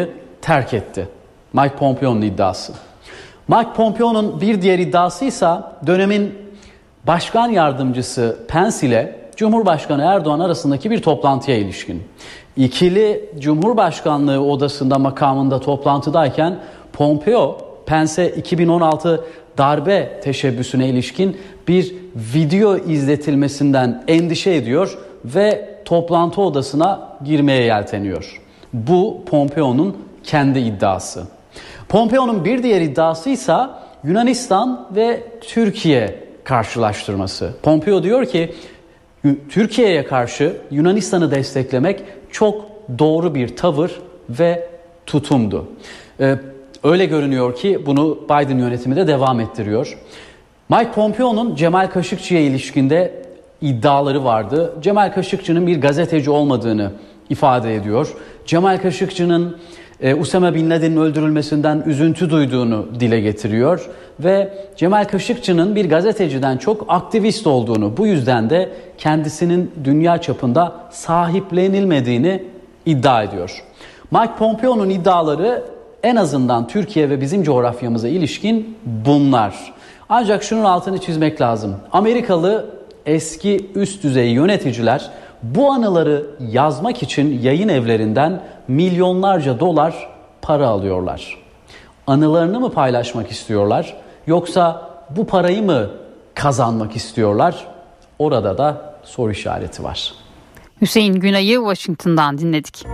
terk etti. Mike Pompeo'nun iddiası. Mike Pompeo'nun bir diğer iddiası ise dönemin başkan yardımcısı Pence ile Cumhurbaşkanı Erdoğan arasındaki bir toplantıya ilişkin. İkili Cumhurbaşkanlığı odasında makamında toplantıdayken Pompeo, Pence'e iki bin on altı darbe teşebbüsüne ilişkin bir video izletilmesinden endişe ediyor ve toplantı odasına girmeye yelteniyor. Bu Pompeo'nun kendi iddiası. Pompeo'nun bir diğer iddiası ise Yunanistan ve Türkiye karşılaştırması. Pompeo diyor ki Türkiye'ye karşı Yunanistan'ı desteklemek çok doğru bir tavır ve tutumdu. Ee, öyle görünüyor ki bunu Biden yönetimi de devam ettiriyor. Mike Pompeo'nun Cemal Kaşıkçı'ya ilişkinde iddiaları vardı. Cemal Kaşıkçı'nın bir gazeteci olmadığını ifade ediyor. Cemal Kaşıkçı'nın e, Usame Bin Laden'in öldürülmesinden üzüntü duyduğunu dile getiriyor. Ve Cemal Kaşıkçı'nın bir gazeteciden çok aktivist olduğunu, bu yüzden de kendisinin dünya çapında sahiplenilmediğini iddia ediyor. Mike Pompeo'nun iddiaları en azından Türkiye ve bizim coğrafyamıza ilişkin bunlar. Ancak şunun altını çizmek lazım. Amerikalı eski üst düzey yöneticiler bu anıları yazmak için yayın evlerinden milyonlarca dolar para alıyorlar. Anılarını mı paylaşmak istiyorlar yoksa bu parayı mı kazanmak istiyorlar? Orada da soru işareti var. Hüseyin Günay'ı Washington'dan dinledik.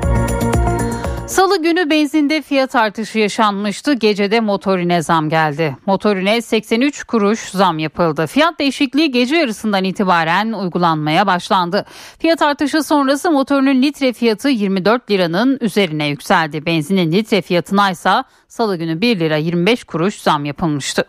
Salı günü benzinde fiyat artışı yaşanmıştı. Gecede motorine zam geldi. Motorine seksen üç kuruş zam yapıldı. Fiyat değişikliği gece yarısından itibaren uygulanmaya başlandı. Fiyat artışı sonrası motorinin litre fiyatı yirmi dört liranın üzerine yükseldi. Benzinin litre fiyatına ise salı günü bir lira yirmi beş kuruş zam yapılmıştı.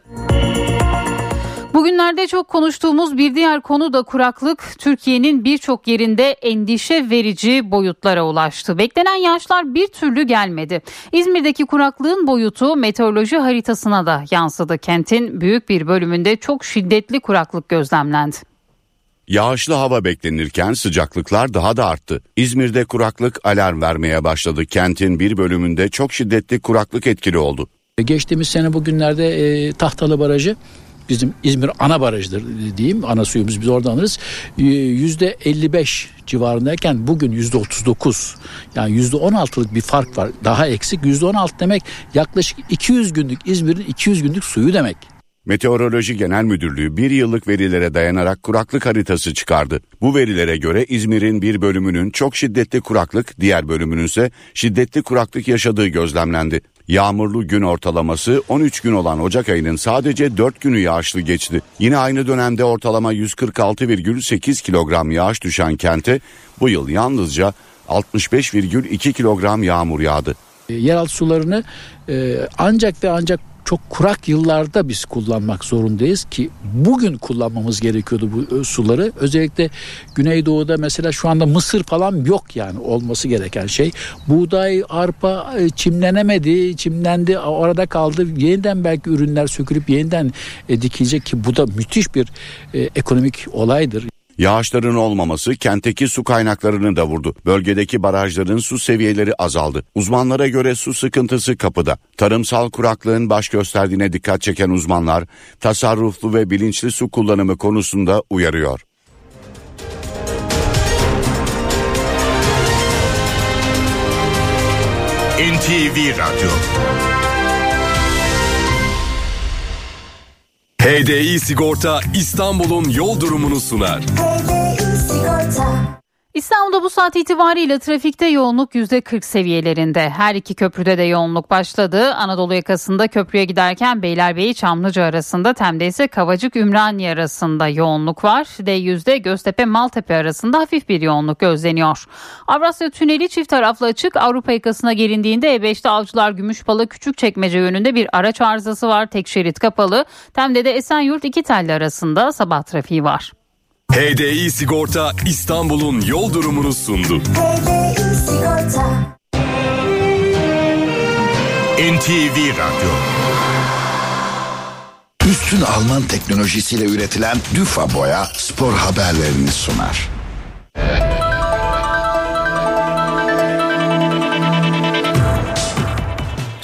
Bugünlerde çok konuştuğumuz bir diğer konu da kuraklık. Türkiye'nin birçok yerinde endişe verici boyutlara ulaştı. Beklenen yağışlar bir türlü gelmedi. İzmir'deki kuraklığın boyutu meteoroloji haritasına da yansıdı. Kentin büyük bir bölümünde çok şiddetli kuraklık gözlemlendi. Yağışlı hava beklenirken sıcaklıklar daha da arttı. İzmir'de kuraklık alarm vermeye başladı. Kentin bir bölümünde çok şiddetli kuraklık etkili oldu. Geçtiğimiz sene bugünlerde e, Tahtalı Barajı, bizim İzmir ana barajdır diyeyim, ana suyumuz, biz oradan alırız. yüzde elli beş civarındayken bugün yüzde otuz dokuz, yani yüzde on altılık bir fark var. Daha eksik. yüzde on altı demek yaklaşık iki yüz günlük, İzmir'in iki yüz günlük suyu demek. Meteoroloji Genel Müdürlüğü bir yıllık verilere dayanarak kuraklık haritası çıkardı. Bu verilere göre İzmir'in bir bölümünün çok şiddetli kuraklık, diğer bölümünün ise şiddetli kuraklık yaşadığı gözlemlendi. Yağmurlu gün ortalaması on üç gün olan Ocak ayının sadece dört günü yağışlı geçti. Yine aynı dönemde ortalama yüz kırk altı virgül sekiz kilogram yağış düşen kente bu yıl yalnızca altmış beş virgül iki kilogram yağmur yağdı. Yeraltı sularını e, ancak ve ancak çok kurak yıllarda biz kullanmak zorundayız ki bugün kullanmamız gerekiyordu bu suları. Özellikle Güneydoğu'da mesela şu anda mısır falan yok, yani olması gereken şey. Buğday, arpa çimlenemedi, çimlendi, orada kaldı. Yeniden belki ürünler sökülüp yeniden e, dikilecek ki bu da müthiş bir e, ekonomik olaydır. Yağışların olmaması kentteki su kaynaklarını da vurdu. Bölgedeki barajların su seviyeleri azaldı. Uzmanlara göre su sıkıntısı kapıda. Tarımsal kuraklığın baş gösterdiğine dikkat çeken uzmanlar, tasarruflu ve bilinçli su kullanımı konusunda uyarıyor. N T V Radyo. H D I Sigorta İstanbul'un yol durumunu sunar. İstanbul'da bu saat itibariyle trafikte yoğunluk yüzde kırk seviyelerinde. Her iki köprüde de yoğunluk başladı. Anadolu yakasında köprüye giderken Beylerbeyi Çamlıca arasında, Tem'de ise Kavacık Ümraniye arasında yoğunluk var. D yüzde Göztepe Maltepe arasında hafif bir yoğunluk gözleniyor. Avrasya Tüneli çift taraflı açık. Avrupa yakasına gelindiğinde E beşte Avcılar Gümüşbalı Küçükçekmece yönünde bir araç arızası var. Tek şerit kapalı. Tem'de de Esenyurt İkitelli arasında sabah trafiği var. H D I Sigorta İstanbul'un yol durumunu sundu. N T V Radyo. Üstün Alman teknolojisiyle üretilen Düfa Boya spor haberlerini sunar.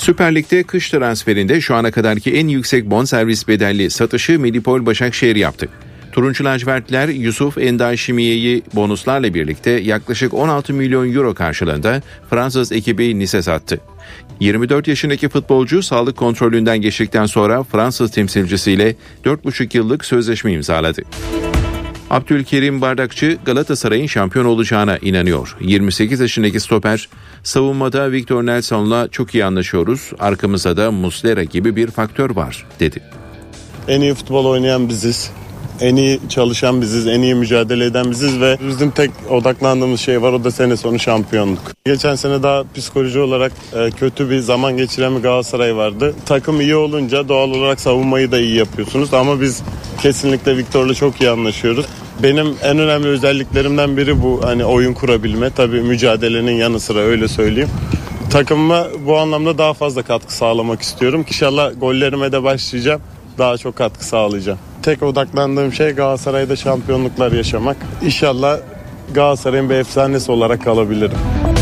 Süper Lig'de kış transferinde şu ana kadarki en yüksek bonservis bedelli satışı Medipol Başakşehir yaptı. Turuncu lacivertler Yusuf Endaşimiye'yi bonuslarla birlikte yaklaşık on altı milyon euro karşılığında Fransız ekibi Nice'e sattı. yirmi dört yaşındaki futbolcu sağlık kontrolünden geçtikten sonra Fransız temsilcisiyle dört buçuk yıllık sözleşme imzaladı. Abdülkerim Bardakçı Galatasaray'ın şampiyon olacağına inanıyor. yirmi sekiz yaşındaki stoper, savunmada Victor Nelson'la çok iyi anlaşıyoruz, arkamızda da Muslera gibi bir faktör var dedi. En iyi futbol oynayan biziz. En iyi çalışan biziz, en iyi mücadele eden biziz ve bizim tek odaklandığımız şey var, o da sene sonu şampiyonluk. Geçen sene daha psikoloji olarak kötü bir zaman geçiren bir Galatasaray vardı. Takım iyi olunca doğal olarak savunmayı da iyi yapıyorsunuz ama biz kesinlikle Victor'la çok iyi anlaşıyoruz. Benim en önemli özelliklerimden biri bu, hani oyun kurabilme, tabii mücadelenin yanı sıra, öyle söyleyeyim. Takımıma bu anlamda daha fazla katkı sağlamak istiyorum. İnşallah gollerime de başlayacağım, daha çok katkı sağlayacağım. Tek odaklandığım şey Galatasaray'da şampiyonluklar yaşamak. İnşallah Galatasaray'ın bir efsanesi olarak kalabilirim.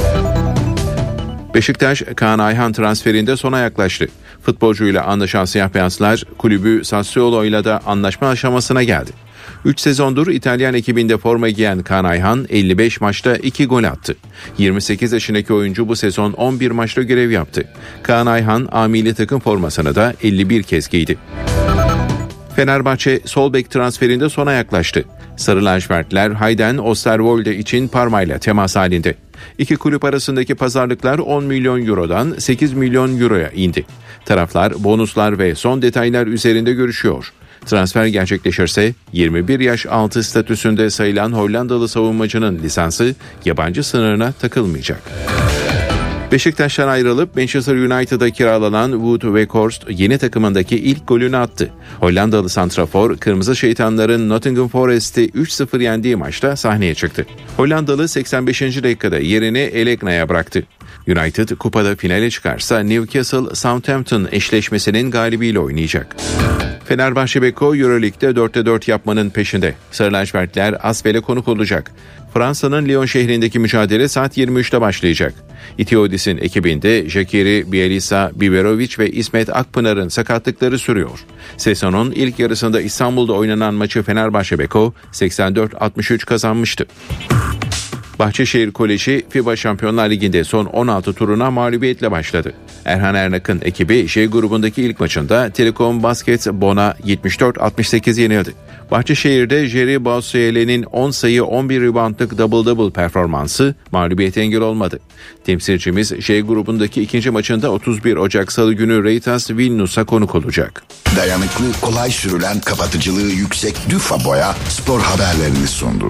Beşiktaş, Kaan Ayhan transferinde sona yaklaştı. Futbolcuyla anlaşan siyah beyazlar kulübü Sassuolo'yla da anlaşma aşamasına geldi. üç sezondur İtalyan ekibinde forma giyen Kaan Ayhan elli beş maçta iki gol attı. yirmi sekiz yaşındaki oyuncu bu sezon on bir maçta görev yaptı. Kaan Ayhan A milli takım formasını da elli bir kez giydi. Fenerbahçe sol bek transferinde sona yaklaştı. Sarı lacivertler Hayden Osterwolde için Parma'yla temas halinde. İki kulüp arasındaki pazarlıklar on milyon eurodan sekiz milyon euroya indi. Taraflar bonuslar ve son detaylar üzerinde görüşüyor. Transfer gerçekleşirse yirmi bir yaş altı statüsünde sayılan Hollandalı savunmacının lisansı yabancı sınırına takılmayacak. Beşiktaş'tan ayrılıp Manchester United'a kiralanan Wout Weghorst yeni takımındaki ilk golünü attı. Hollandalı santrafor Kırmızı Şeytanların Nottingham Forest'i üç sıfır yendiği maçta sahneye çıktı. Hollandalı seksen beşinci dakikada yerini Elegna'ya bıraktı. United kupada finale çıkarsa Newcastle Southampton eşleşmesinin galibiyle oynayacak. Fenerbahçe Beko Euroleague'de dörtte dört yapmanın peşinde. Sarı lacivertler Asvel'e konuk olacak. Fransa'nın Lyon şehrindeki mücadele saat yirmi üçte başlayacak. Itiodis'in ekibinde Jakiri, Bielisa, Biberovic ve İsmet Akpınar'ın sakatlıkları sürüyor. Sezonun ilk yarısında İstanbul'da oynanan maçı Fenerbahçe Beko seksen dört altmış üç kazanmıştı. Bahçeşehir Koleji FIBA Şampiyonlar Ligi'nde son on altı turuna mağlubiyetle başladı. Erhan Ernak'ın ekibi J grubundaki ilk maçında Telekom Basket Bon'a yetmiş dört altmış sekiz yenildi. Bahçeşehir'de Jerry Bausuyele'nin on sayı on bir reboundlık double double performansı mağlubiyete engel olmadı. Temsilcimiz J grubundaki ikinci maçında otuz bir Ocak Salı günü Reitas Vilnius'a konuk olacak. Dayanıklı, kolay sürülen, kapatıcılığı yüksek Düfa Boya spor haberlerini sundu.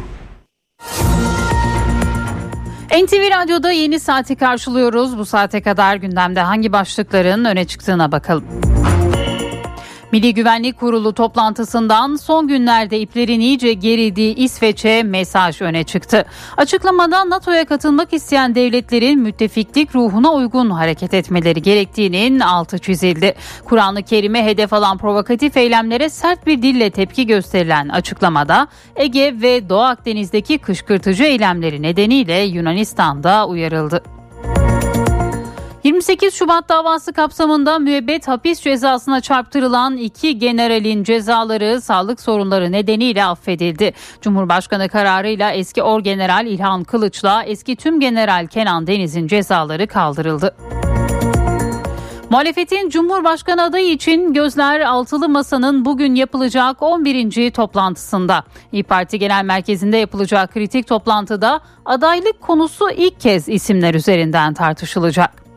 N T V Radyo'da yeni saati karşılıyoruz. Bu saate kadar gündemde hangi başlıkların öne çıktığına bakalım. Milli Güvenlik Kurulu toplantısından son günlerde iplerin iyice gerildiği İsveç'e mesaj öne çıktı. Açıklamada NATO'ya katılmak isteyen devletlerin müttefiklik ruhuna uygun hareket etmeleri gerektiğinin altı çizildi. Kur'an-ı Kerim'e hedef alan provokatif eylemlere sert bir dille tepki gösterilen açıklamada Ege ve Doğu Akdeniz'deki kışkırtıcı eylemleri nedeniyle Yunanistan'da uyarıldı. yirmi sekiz Şubat davası kapsamında müebbet hapis cezasına çarptırılan iki generalin cezaları sağlık sorunları nedeniyle affedildi. Cumhurbaşkanı kararıyla eski Orgeneral İlhan Kılıç'la eski Tümgeneral Kenan Deniz'in cezaları kaldırıldı. Muhalefetin Cumhurbaşkanı adayı için gözler Altılı Masa'nın bugün yapılacak on birinci toplantısında. İYİ Parti Genel Merkezi'nde yapılacak kritik toplantıda adaylık konusu ilk kez isimler üzerinden tartışılacak.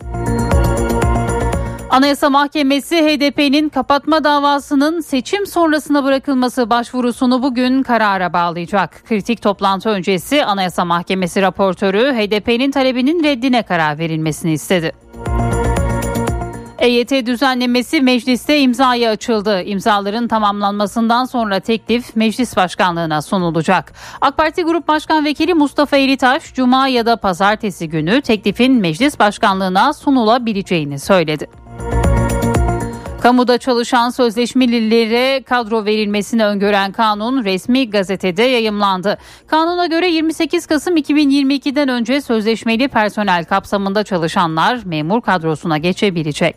Anayasa Mahkemesi H D P'nin kapatma davasının seçim sonrasına bırakılması başvurusunu bugün karara bağlayacak. Kritik toplantı öncesi Anayasa Mahkemesi raportörü H D P'nin talebinin reddine karar verilmesini istedi. E Y T düzenlemesi mecliste imzaya açıldı. İmzaların tamamlanmasından sonra teklif meclis başkanlığına sunulacak. AK Parti Grup Başkan Vekili Mustafa Elitaş, Cuma ya da Pazartesi günü teklifin meclis başkanlığına sunulabileceğini söyledi. Kamuda çalışan sözleşmelilere kadro verilmesini öngören kanun resmi gazetede yayımlandı. Kanuna göre yirmi sekiz Kasım iki bin yirmi ikiden önce sözleşmeli personel kapsamında çalışanlar memur kadrosuna geçebilecek.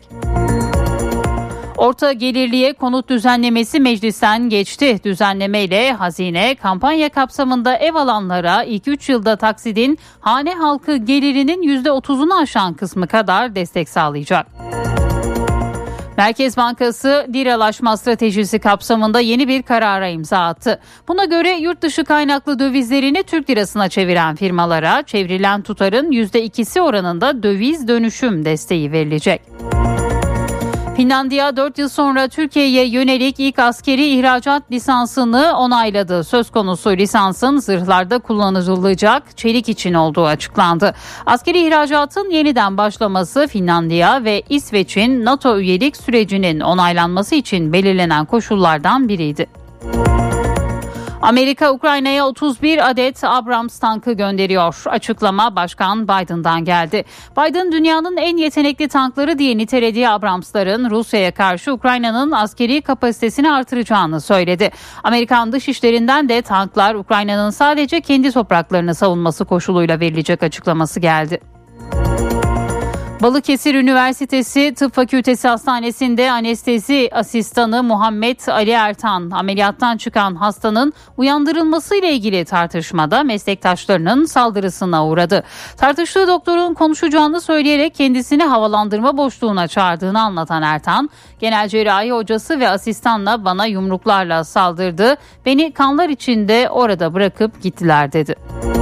Orta gelirliye konut düzenlemesi meclisten geçti. Düzenlemeyle hazine kampanya kapsamında ev alanlara ilk üç yılda taksidin hane halkı gelirinin yüzde otuzunu aşan kısmı kadar destek sağlayacak. Merkez Bankası liralaşma stratejisi kapsamında yeni bir karara imza attı. Buna göre yurt dışı kaynaklı dövizlerini Türk lirasına çeviren firmalara çevrilen tutarın yüzde ikisi oranında döviz dönüşüm desteği verilecek. Finlandiya dört yıl sonra Türkiye'ye yönelik ilk askeri ihracat lisansını onayladı. Söz konusu lisansın zırhlarda kullanılacak çelik için olduğu açıklandı. Askeri ihracatın yeniden başlaması Finlandiya ve İsveç'in NATO üyelik sürecinin onaylanması için belirlenen koşullardan biriydi. Amerika Ukrayna'ya otuz bir adet Abrams tankı gönderiyor. Açıklama Başkan Biden'dan geldi. Biden dünyanın en yetenekli tankları diye nitelediği Abrams'ların Rusya'ya karşı Ukrayna'nın askeri kapasitesini artıracağını söyledi. Amerikan Dışişleri'nden de tanklar Ukrayna'nın sadece kendi topraklarını savunması koşuluyla verilecek açıklaması geldi. Balıkesir Üniversitesi Tıp Fakültesi Hastanesi'nde anestezi asistanı Muhammed Ali Ertan ameliyattan çıkan hastanın uyandırılması ile ilgili tartışmada meslektaşlarının saldırısına uğradı. Tartıştığı doktorun konuşacağını söyleyerek kendisini havalandırma boşluğuna çağırdığını anlatan Ertan, genel cerrahi hocası ve asistanla bana yumruklarla saldırdı, beni kanlar içinde orada bırakıp gittiler dedi.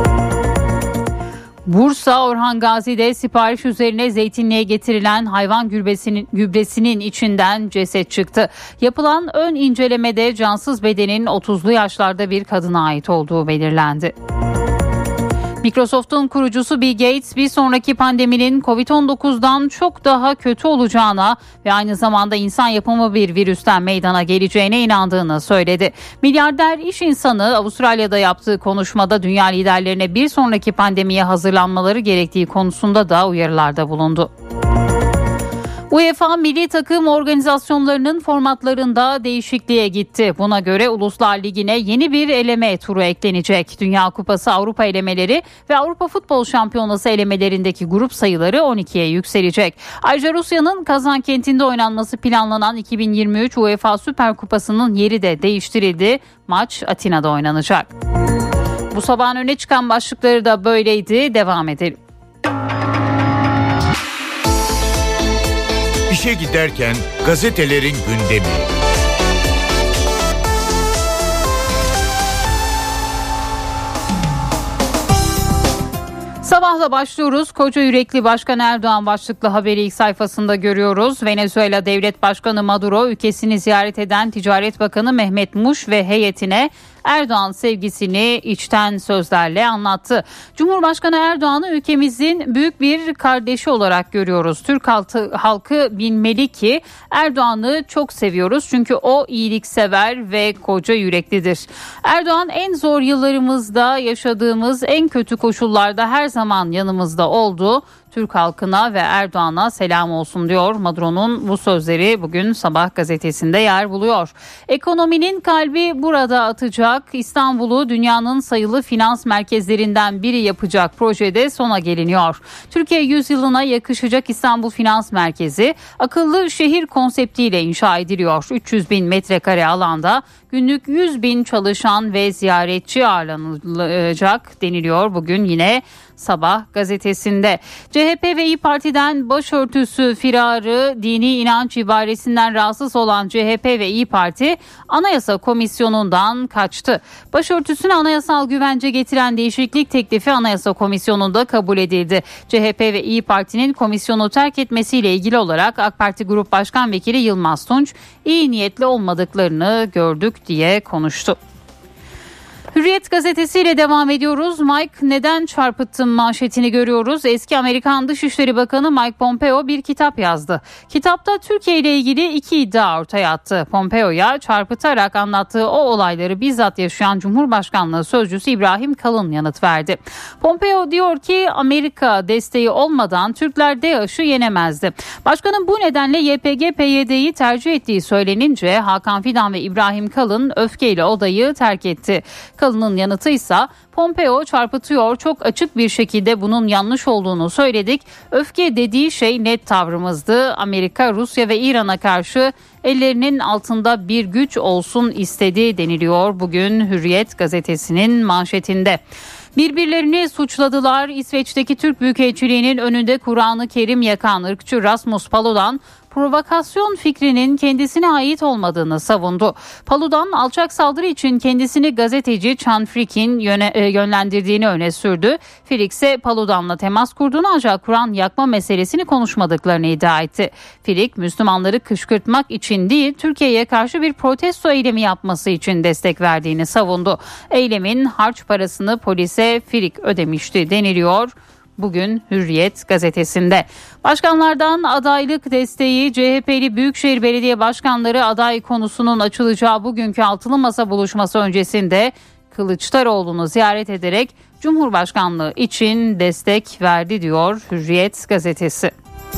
Bursa Orhan Gazi'de sipariş üzerine zeytinliğe getirilen hayvan gübresinin, gübresinin içinden ceset çıktı. Yapılan ön incelemede cansız bedenin otuzlu yaşlarda bir kadına ait olduğu belirlendi. Microsoft'un kurucusu Bill Gates bir sonraki pandeminin kovid on dokuzdan çok daha kötü olacağına ve aynı zamanda insan yapımı bir virüsten meydana geleceğine inandığını söyledi. Milyarder iş insanı Avustralya'da yaptığı konuşmada dünya liderlerine bir sonraki pandemiye hazırlanmaları gerektiği konusunda da uyarılarda bulundu. UEFA milli takım organizasyonlarının formatlarında değişikliğe gitti. Buna göre Uluslar Ligi'ne yeni bir eleme turu eklenecek. Dünya Kupası Avrupa elemeleri ve Avrupa Futbol Şampiyonası elemelerindeki grup sayıları on ikiye yükselecek. Ayrıca Rusya'nın Kazan kentinde oynanması planlanan iki bin yirmi üç UEFA Süper Kupası'nın yeri de değiştirildi. Maç Atina'da oynanacak. Bu sabahın öne çıkan başlıkları da böyleydi. Devam edelim. İşe giderken gazetelerin gündemi. Sabahla başlıyoruz. Koca yürekli Başkan Erdoğan başlıklı haberi ilk sayfasında görüyoruz. Venezuela Devlet Başkanı Maduro ülkesini ziyaret eden Ticaret Bakanı Mehmet Muş ve heyetine Erdoğan sevgisini içten sözlerle anlattı. Cumhurbaşkanı Erdoğan'ı ülkemizin büyük bir kardeşi olarak görüyoruz. Türk halkı, halkı bilmeli ki Erdoğan'ı çok seviyoruz çünkü o iyiliksever ve koca yüreklidir. Erdoğan en zor yıllarımızda yaşadığımız en kötü koşullarda her zaman yanımızda oldu. Türk halkına ve Erdoğan'a selam olsun diyor. Maduro'nun bu sözleri bugün Sabah gazetesinde yer buluyor. Ekonominin kalbi burada atacak. İstanbul'u dünyanın sayılı finans merkezlerinden biri yapacak projede sona geliniyor. Türkiye yüzyılına yakışacak İstanbul Finans Merkezi akıllı şehir konseptiyle inşa ediliyor. üç yüz bin metrekare alanda günlük yüz bin çalışan ve ziyaretçi ağırlanacak deniliyor bugün yine Sabah gazetesinde. C H P ve İYİ Parti'den başörtüsü firarı dini inanç ibaresinden rahatsız olan C H P ve İYİ Parti Anayasa Komisyonu'ndan kaçtı. Başörtüsüne anayasal güvence getiren değişiklik teklifi Anayasa Komisyonu'nda kabul edildi. C H P ve İYİ Parti'nin komisyonu terk etmesiyle ilgili olarak AK Parti Grup Başkan Vekili Yılmaz Tunç iyi niyetli olmadıklarını gördük diye konuştu. Hürriyet gazetesiyle devam ediyoruz. Mike neden çarpıttın manşetini görüyoruz. Eski Amerikan Dışişleri Bakanı Mike Pompeo bir kitap yazdı. Kitapta Türkiye ile ilgili iki iddia ortaya attı. Pompeo'ya çarpıtarak anlattığı o olayları bizzat yaşayan Cumhurbaşkanlığı Sözcüsü İbrahim Kalın yanıt verdi. Pompeo diyor ki Amerika desteği olmadan Türkler DAEŞ'ı yenemezdi. Başkanın bu nedenle Y P G P Y D'yi tercih ettiği söylenince Hakan Fidan ve İbrahim Kalın öfkeyle odayı terk etti. Kalın'ın yanıtı ise Pompeo çarpıtıyor, çok açık bir şekilde bunun yanlış olduğunu söyledik. Öfke dediği şey net tavrımızdı. Amerika, Rusya ve İran'a karşı ellerinin altında bir güç olsun istedi deniliyor bugün Hürriyet gazetesinin manşetinde. Birbirlerini suçladılar. İsveç'teki Türk Büyükelçiliği'nin önünde Kur'an-ı Kerim yakan ırkçı Rasmus Paludan provokasyon fikrinin kendisine ait olmadığını savundu. Paludan alçak saldırı için kendisini gazeteci Chan Frik'in yöne, e, yönlendirdiğini öne sürdü. Frik ise Paludan'la temas kurduğunu ancak Kur'an yakma meselesini konuşmadıklarını iddia etti. Frik, Müslümanları kışkırtmak için değil, Türkiye'ye karşı bir protesto eylemi yapması için destek verdiğini savundu. Eylemin harç parasını polise Frik ödemişti deniliyor bugün Hürriyet gazetesinde. Başkanlardan adaylık desteği. C H P'li Büyükşehir Belediye Başkanları aday konusunun açılacağı bugünkü altılı masa buluşması öncesinde Kılıçdaroğlu'nu ziyaret ederek Cumhurbaşkanlığı için destek verdi diyor Hürriyet gazetesi.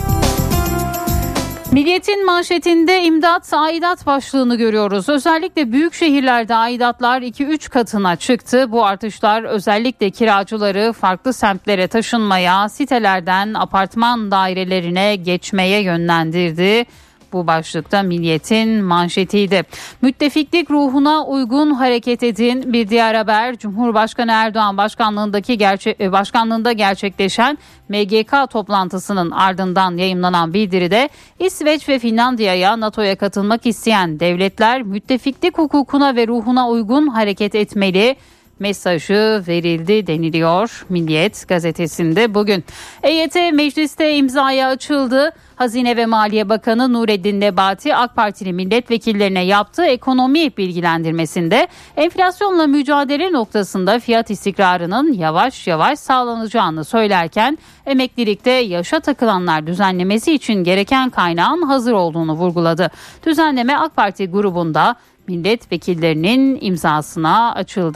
Milliyet'in manşetinde imdat, aidat başlığını görüyoruz. Özellikle büyük şehirlerde aidatlar iki üç katına çıktı. Bu artışlar özellikle kiracıları farklı semtlere taşınmaya, sitelerden apartman dairelerine geçmeye yönlendirdi. Bu başlıkta Milliyet'in manşetiydi. Müttefiklik ruhuna uygun hareket edin. Bir diğer haber, Cumhurbaşkanı Erdoğan başkanlığındaki gerçe- başkanlığında gerçekleşen M G K toplantısının ardından yayımlanan bildiride İsveç ve Finlandiya'ya NATO'ya katılmak isteyen devletler müttefiklik hukukuna ve ruhuna uygun hareket etmeli mesajı verildi deniliyor Milliyet gazetesinde bugün. E Y T mecliste imzaya açıldı. Hazine ve Maliye Bakanı Nureddin Nebati AK Partili milletvekillerine yaptığı ekonomi bilgilendirmesinde enflasyonla mücadele noktasında fiyat istikrarının yavaş yavaş sağlanacağını söylerken emeklilikte yaşa takılanlar düzenlemesi için gereken kaynağın hazır olduğunu vurguladı. Düzenleme AK Parti grubunda milletvekillerinin imzasına açıldı.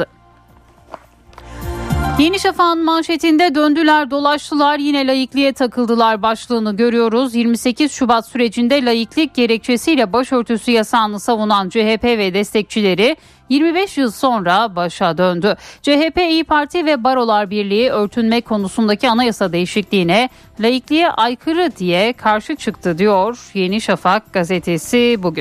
Yeni Şafak'ın manşetinde döndüler dolaştılar yine laikliğe takıldılar başlığını görüyoruz. yirmi sekiz Şubat sürecinde laiklik gerekçesiyle başörtüsü yasağını savunan C H P ve destekçileri yirmi beş yıl sonra başa döndü. C H P, İYİ Parti ve Barolar Birliği örtünme konusundaki anayasa değişikliğine laikliğe aykırı diye karşı çıktı diyor Yeni Şafak gazetesi bugün.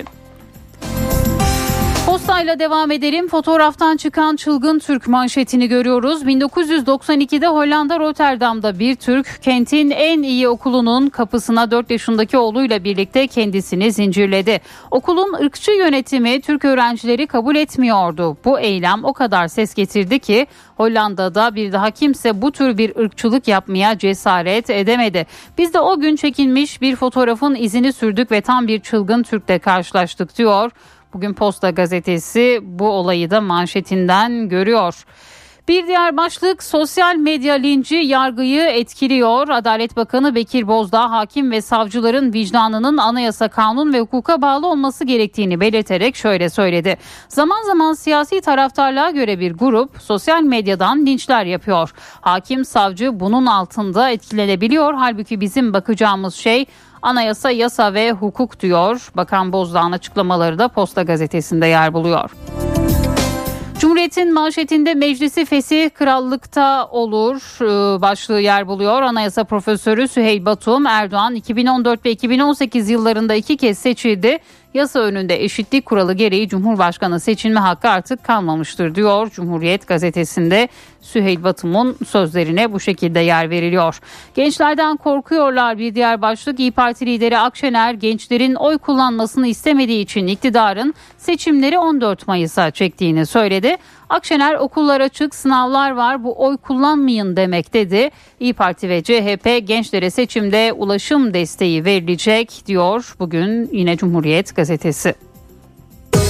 Postayla devam edelim. Fotoğraftan çıkan çılgın Türk manşetini görüyoruz. bin dokuz yüz doksan ikide Hollanda Rotterdam'da bir Türk kentin en iyi okulunun kapısına dört yaşındaki oğluyla birlikte kendisini zincirledi. Okulun ırkçı yönetimi Türk öğrencileri kabul etmiyordu. Bu eylem o kadar ses getirdi ki Hollanda'da bir daha kimse bu tür bir ırkçılık yapmaya cesaret edemedi. Biz de o gün çekilmiş bir fotoğrafın izini sürdük ve tam bir çılgın Türk'le karşılaştık diyor. Bugün Posta gazetesi bu olayı da manşetinden görüyor. Bir diğer başlık sosyal medya linci yargıyı etkiliyor. Adalet Bakanı Bekir Bozdağ hakim ve savcıların vicdanının anayasa, kanun ve hukuka bağlı olması gerektiğini belirterek şöyle söyledi. Zaman zaman siyasi taraftarlığa göre bir grup sosyal medyadan linçler yapıyor. Hakim, savcı bunun altında etkilenebiliyor. Halbuki bizim bakacağımız şey anayasa, yasa ve hukuk diyor. Bakan Bozdağ'ın açıklamaları da Posta gazetesinde yer buluyor. Cumhuriyet'in manşetinde meclisi fesih krallıkta olur başlığı yer buluyor. Anayasa profesörü Süheyl Batum, Erdoğan iki bin on dört ve iki bin on sekiz yıllarında iki kez seçildi. Yasa önünde eşitlik kuralı gereği Cumhurbaşkanı seçilme hakkı artık kalmamıştır diyor Cumhuriyet gazetesinde. Süheyl Batum'un sözlerine bu şekilde yer veriliyor. Gençlerden korkuyorlar bir diğer başlık. İYİ Parti lideri Akşener gençlerin oy kullanmasını istemediği için iktidarın seçimleri on dört Mayıs'a çektiğini söyledi. Akşener okullar açık, sınavlar var, bu oy kullanmayın demek dedi. İYİ Parti ve C H P gençlere seçimde ulaşım desteği verilecek diyor bugün yine Cumhuriyet gazetesi.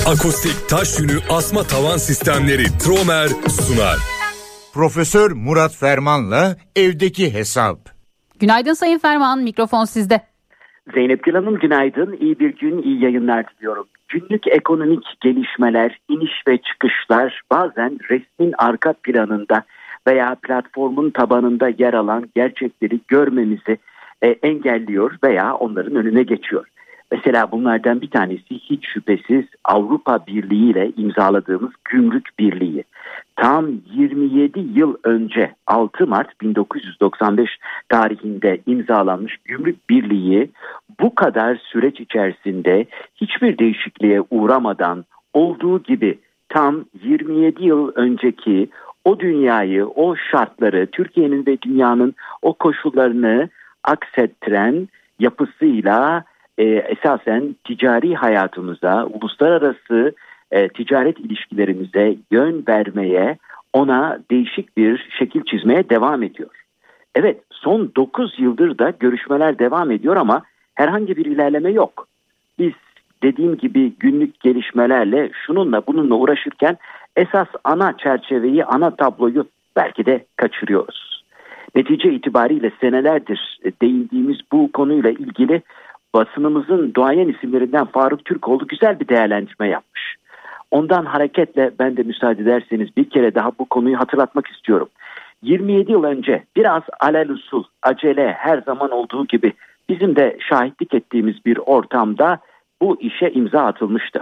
Akustik taş yünü asma tavan sistemleri Tromer sunar. Profesör Murat Ferman'la evdeki hesap. Günaydın Sayın Ferman, mikrofon sizde. Zeynep Gül Hanım günaydın, iyi bir gün, iyi yayınlar diliyorum. Günlük ekonomik gelişmeler, iniş ve çıkışlar bazen resmin arka planında veya platformun tabanında yer alan gerçekleri görmemizi e, engelliyor veya onların önüne geçiyor. Mesela bunlardan bir tanesi hiç şüphesiz Avrupa Birliği ile imzaladığımız Gümrük Birliği. Tam yirmi yedi yıl önce altı Mart bin dokuz yüz doksan beş tarihinde imzalanmış Gümrük Birliği bu kadar süreç içerisinde hiçbir değişikliğe uğramadan olduğu gibi tam yirmi yedi yıl önceki o dünyayı, o şartları, Türkiye'nin ve dünyanın o koşullarını aksettiren yapısıyla e, esasen ticari hayatımıza, uluslararası e, ticaret ilişkilerimize yön vermeye, ona değişik bir şekil çizmeye devam ediyor. Evet, son dokuz yıldır da görüşmeler devam ediyor ama herhangi bir ilerleme yok. Biz dediğim gibi günlük gelişmelerle, şununla bununla uğraşırken esas ana çerçeveyi, ana tabloyu belki de kaçırıyoruz. Netice itibariyle senelerdir değindiğimiz bu konuyla ilgili basınımızın duayen isimlerinden Faruk Türkoğlu güzel bir değerlendirme yapmış. Ondan hareketle ben de müsaade ederseniz bir kere daha bu konuyu hatırlatmak istiyorum. yirmi yedi yıl önce biraz alelüsul, acele, her zaman olduğu gibi bizim de şahitlik ettiğimiz bir ortamda bu işe imza atılmıştı.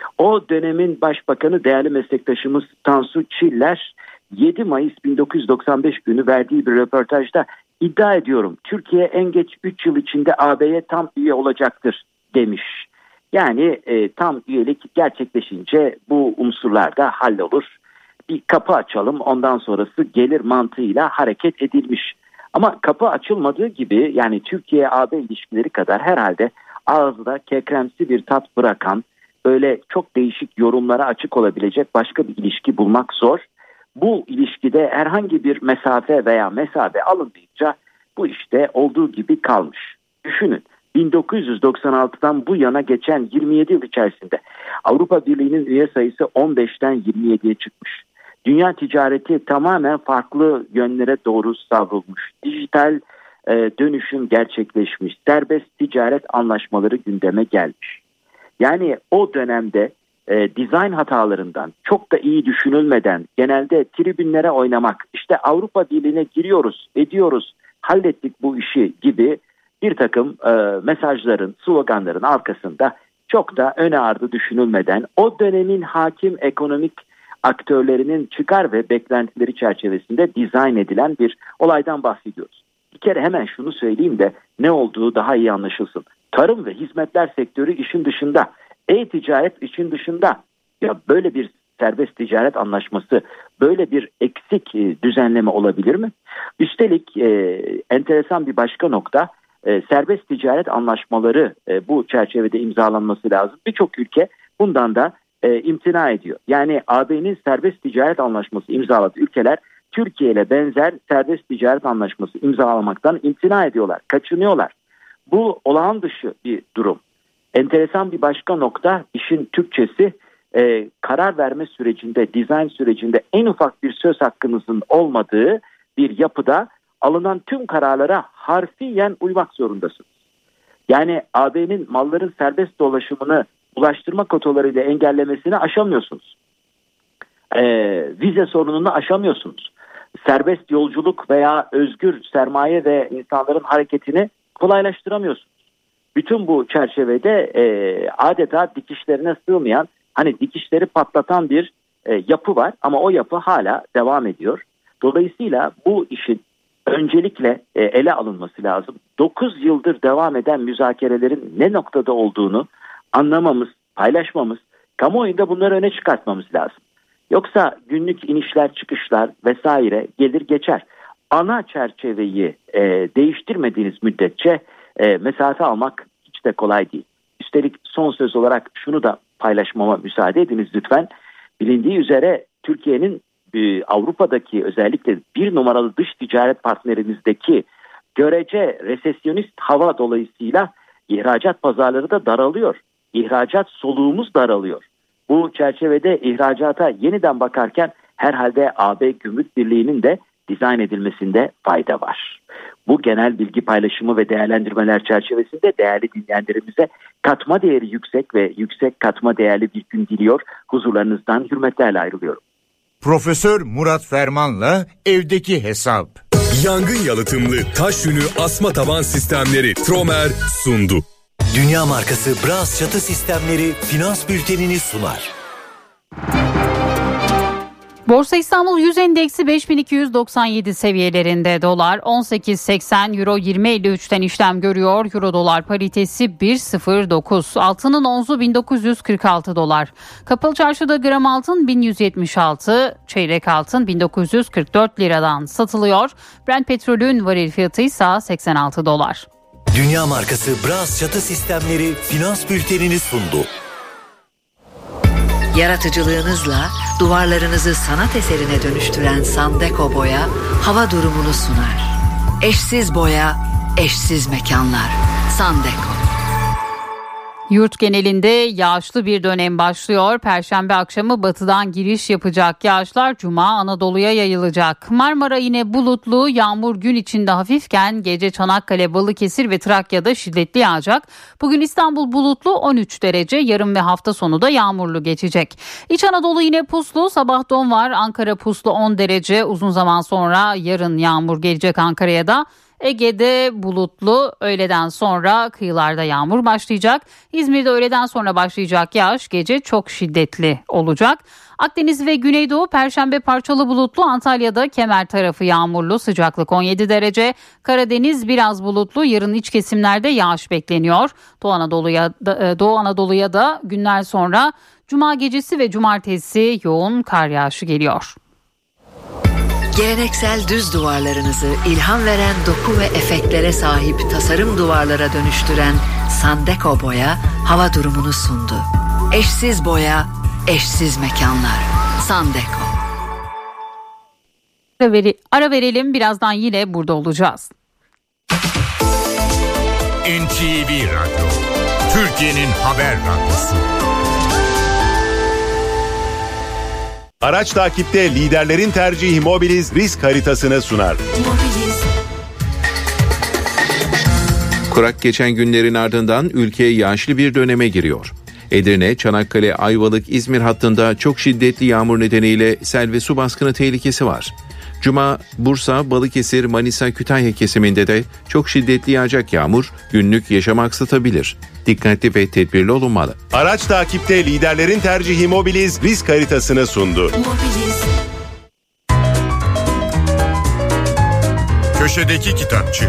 O dönemin başbakanı değerli meslektaşımız Tansu Çiller yedi Mayıs bin dokuz yüz doksan beş günü verdiği bir röportajda iddia ediyorum Türkiye en geç üç yıl içinde A B'ye tam üye olacaktır demiş. Yani e, tam üyelik gerçekleşince bu unsurlar da hallolur. Bir kapı açalım, ondan sonrası gelir mantığıyla hareket edilmiş. Ama kapı açılmadığı gibi, yani Türkiye-A B ilişkileri kadar herhalde ağızda kekremsi bir tat bırakan, böyle çok değişik yorumlara açık olabilecek başka bir ilişki bulmak zor. Bu ilişkide herhangi bir mesafe veya mesafe alınmayınca bu işte olduğu gibi kalmış. Düşünün, bin dokuz yüz doksan altıdan bu yana geçen yirmi yedi yıl içerisinde Avrupa Birliği'nin üye sayısı on beşten yirmi yediye çıkmış. Dünya ticareti tamamen farklı yönlere doğru savrulmuş. Dijital e, dönüşüm gerçekleşmiş. Serbest ticaret anlaşmaları gündeme gelmiş. Yani o dönemde e, dizayn hatalarından, çok da iyi düşünülmeden genelde tribünlere oynamak, işte Avrupa Birliği'ne giriyoruz, ediyoruz, hallettik bu işi gibi bir takım e, mesajların, sloganların arkasında çok da öne ardı düşünülmeden o dönemin hakim ekonomik aktörlerinin çıkar ve beklentileri çerçevesinde dizayn edilen bir olaydan bahsediyoruz. Bir kere hemen şunu söyleyeyim de ne olduğu daha iyi anlaşılsın. Tarım ve hizmetler sektörü işin dışında, e-ticaret işin dışında. Ya böyle bir serbest ticaret anlaşması, böyle bir eksik düzenleme olabilir mi? Üstelik e, enteresan bir başka nokta, e, serbest ticaret anlaşmaları e, bu çerçevede imzalanması lazım. Birçok ülke bundan da e, imtina ediyor. Yani A B'nin serbest ticaret anlaşması imzaladığı ülkeler Türkiye ile benzer serbest ticaret anlaşması imzalamaktan imtina ediyorlar, kaçınıyorlar. Bu olağan dışı bir durum. Enteresan bir başka nokta, işin Türkçesi, e, karar verme sürecinde, dizayn sürecinde en ufak bir söz hakkınızın olmadığı bir yapıda alınan tüm kararlara harfiyen uymak zorundasınız. Yani A B'nin malların serbest dolaşımını ulaştırma kotalarıyla engellemesini aşamıyorsunuz. E, vize sorununu aşamıyorsunuz. Serbest yolculuk veya özgür sermaye ve insanların hareketini kolaylaştıramıyorsunuz. Bütün bu çerçevede e, adeta dikişlerine sığmayan, hani dikişleri patlatan bir e, yapı var ama o yapı hala devam ediyor. Dolayısıyla bu işin öncelikle e, ele alınması lazım. dokuz yıldır devam eden müzakerelerin ne noktada olduğunu anlamamız, paylaşmamız, kamuoyunda bunları öne çıkartmamız lazım. Yoksa günlük inişler, çıkışlar vesaire gelir geçer. Ana çerçeveyi e, değiştirmediğiniz müddetçe e, mesafe almak hiç de kolay değil. Üstelik son söz olarak şunu da paylaşmama müsaade ediniz lütfen. Bilindiği üzere Türkiye'nin e, Avrupa'daki özellikle bir numaralı dış ticaret partnerimizdeki görece resesyonist hava dolayısıyla ihracat pazarları da daralıyor. İhracat soluğumuz daralıyor. Bu çerçevede ihracata yeniden bakarken herhalde A B Gümrük Birliği'nin de dizayn edilmesinde fayda var. Bu genel bilgi paylaşımı ve değerlendirmeler çerçevesinde değerli dinleyenlerimize katma değeri yüksek ve yüksek katma değerli bir gün diliyor. Huzurlarınızdan hürmetlerle ayrılıyorum. Profesör Murat Ferman'la evdeki hesap. Yangın yalıtımlı taş yünü asma tavan sistemleri Tromer sundu. Dünya markası Bras çatı sistemleri finans bültenini sunar. Borsa İstanbul Yüz Endeksi beş bin iki yüz doksan yedi seviyelerinde, dolar on sekiz seksen, euro yirmi elli üçten işlem görüyor. Euro dolar paritesi bir virgül sıfır dokuz. Altının onzu bin dokuz yüz kırk altı dolar. Kapalı çarşıda gram altın bin yüz yetmiş altı, çeyrek altın bin dokuz yüz kırk dört liradan satılıyor. Brent petrolün varil fiyatı ise seksen altı dolar. Dünya markası Bras çatı sistemleri finans bültenini sundu. Yaratıcılığınızla duvarlarınızı sanat eserine dönüştüren Sandeko Boya hava durumunu sunar. Eşsiz boya, eşsiz mekanlar. Sandeko. Yurt genelinde yağışlı bir dönem başlıyor. Perşembe akşamı batıdan giriş yapacak yağışlar Cuma Anadolu'ya yayılacak. Marmara yine bulutlu, yağmur gün içinde hafifken gece Çanakkale, Balıkesir ve Trakya'da şiddetli yağacak. Bugün İstanbul bulutlu on üç derece, yarın ve hafta sonu da yağmurlu geçecek. İç Anadolu yine puslu, sabah don var. Ankara puslu on derece, uzun zaman sonra yarın yağmur gelecek Ankara'ya da. Ege'de bulutlu, öğleden sonra kıyılarda yağmur başlayacak. İzmir'de öğleden sonra başlayacak yağış gece çok şiddetli olacak. Akdeniz ve Güneydoğu Perşembe parçalı bulutlu, Antalya'da Kemer tarafı yağmurlu, sıcaklık on yedi derece. Karadeniz biraz bulutlu, yarın iç kesimlerde yağış bekleniyor. Doğu Anadolu'ya da, Doğu Anadolu'ya da günler sonra Cuma gecesi ve Cumartesi yoğun kar yağışı geliyor. Geleneksel düz duvarlarınızı ilham veren doku ve efektlere sahip tasarım duvarlara dönüştüren Sandeko Boya hava durumunu sundu. Eşsiz boya, eşsiz mekanlar. Sandeko. Ara, veri, ara verelim, birazdan yine burada olacağız. N T V Radyo, Türkiye'nin haber radyosu. Araç takipte liderlerin tercihi Mobiliz risk haritasını sunar. Kurak geçen günlerin ardından ülke yağışlı bir döneme giriyor. Edirne, Çanakkale, Ayvalık, İzmir hattında çok şiddetli yağmur nedeniyle sel ve su baskını tehlikesi var. Cuma, Bursa, Balıkesir, Manisa, Kütahya kesiminde de çok şiddetli yağacak yağmur günlük yaşamı aksatabilir. Dikkatli ve tedbirli olunmalı. Araç takipte liderlerin tercihi Mobiliz risk haritasını sundu. Mobiliz. Köşedeki kitapçı.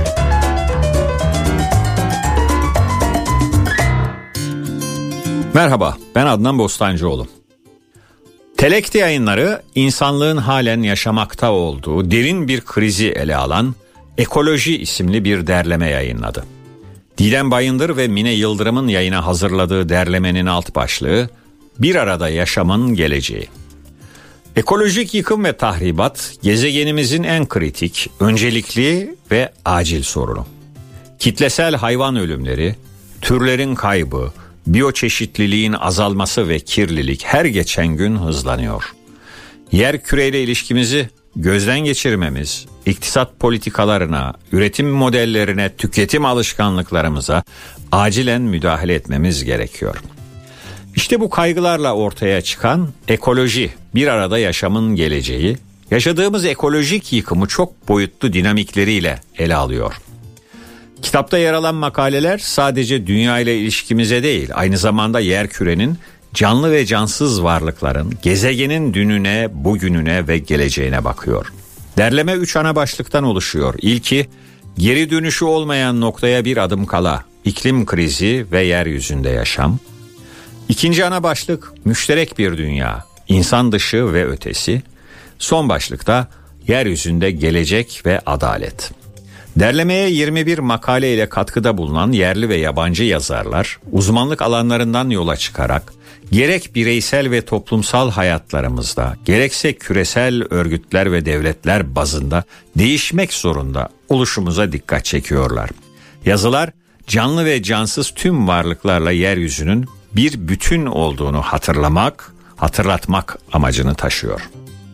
Merhaba, ben Adnan Bostancıoğlu. Telekti Yayınları, insanlığın halen yaşamakta olduğu derin bir krizi ele alan Ekoloji isimli bir derleme yayınladı. Didem Bayındır ve Mine Yıldırım'ın yayına hazırladığı derlemenin alt başlığı Bir Arada Yaşamın Geleceği. Ekolojik yıkım ve tahribat gezegenimizin en kritik, öncelikli ve acil sorunu. Kitlesel hayvan ölümleri, türlerin kaybı, biyoçeşitliliğin azalması ve kirlilik her geçen gün hızlanıyor. Yer küreyle ilişkimizi gözden geçirmemiz, iktisat politikalarına, üretim modellerine, tüketim alışkanlıklarımıza acilen müdahale etmemiz gerekiyor. İşte bu kaygılarla ortaya çıkan Ekoloji, Bir Arada Yaşamın Geleceği, yaşadığımız ekolojik yıkımı çok boyutlu dinamikleriyle ele alıyor. Kitapta yer alan makaleler sadece dünya ile ilişkimize değil, aynı zamanda yerkürenin canlı ve cansız varlıkların gezegenin dününe, bugününe ve geleceğine bakıyor. Derleme üç ana başlıktan oluşuyor. İlki, geri dönüşü olmayan noktaya bir adım kala, iklim krizi ve yeryüzünde yaşam. İkinci ana başlık, müşterek bir dünya, insan dışı ve ötesi. Son başlıkta, yeryüzünde gelecek ve adalet. Derlemeye yirmi bir makale ile katkıda bulunan yerli ve yabancı yazarlar, uzmanlık alanlarından yola çıkarak gerek bireysel ve toplumsal hayatlarımızda, gerekse küresel örgütler ve devletler bazında değişmek zorunda oluşumuza dikkat çekiyorlar. Yazılar, canlı ve cansız tüm varlıklarla yeryüzünün bir bütün olduğunu hatırlamak hatırlatmak amacını taşıyor.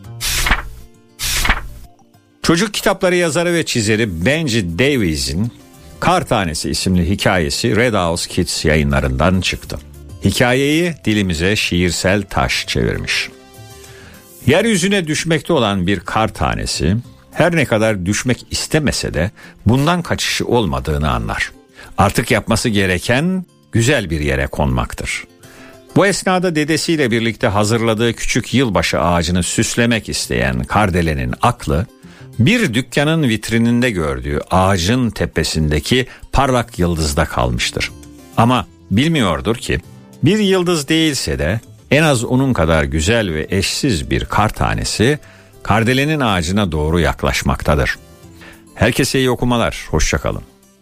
Çocuk kitapları yazarı ve çizeri Benji Davies'in Kar Tanesi isimli hikayesi Red House Kids yayınlarından çıktı. Hikayeyi dilimize şiirsel taş çevirmiş. Yeryüzüne düşmekte olan bir kar tanesi her ne kadar düşmek istemese de bundan kaçışı olmadığını anlar. Artık yapması gereken güzel bir yere konmaktır. Bu esnada dedesiyle birlikte hazırladığı küçük yılbaşı ağacını süslemek isteyen Kardele'nin aklı bir dükkanın vitrininde gördüğü ağacın tepesindeki parlak yıldızda kalmıştır. Ama bilmiyordur ki bir yıldız değilse de en az onun kadar güzel ve eşsiz bir kar tanesi Kardele'nin ağacına doğru yaklaşmaktadır. Herkese iyi okumalar, hoşça kalın.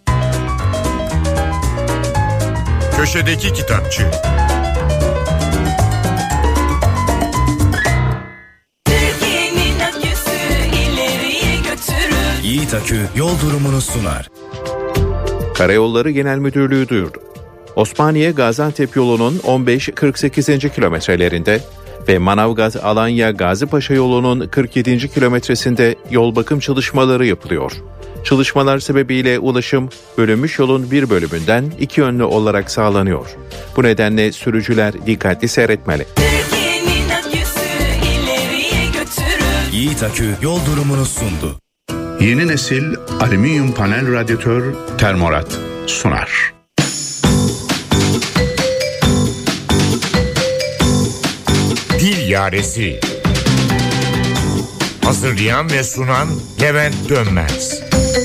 Köşedeki Kitapçı. Yiğit Akü yol durumunu sunar. Karayolları Genel Müdürlüğü duyurdu. Osmaniye-Gaziantep yolunun on beş kırk sekizinci kilometrelerinde ve Manavgat-Alanya-Gazipaşa yolunun kırk yedinci kilometresinde yol bakım çalışmaları yapılıyor. Çalışmalar sebebiyle ulaşım bölünmüş yolun bir bölümünden iki yönlü olarak sağlanıyor. Bu nedenle sürücüler dikkatli seyretmeli. Yiğit Akü yol durumunu sundu. Yeni nesil alüminyum panel radyatör Termorat sunar. Dil Yaresi. Hazırlayan ve sunan Levent Dönmez.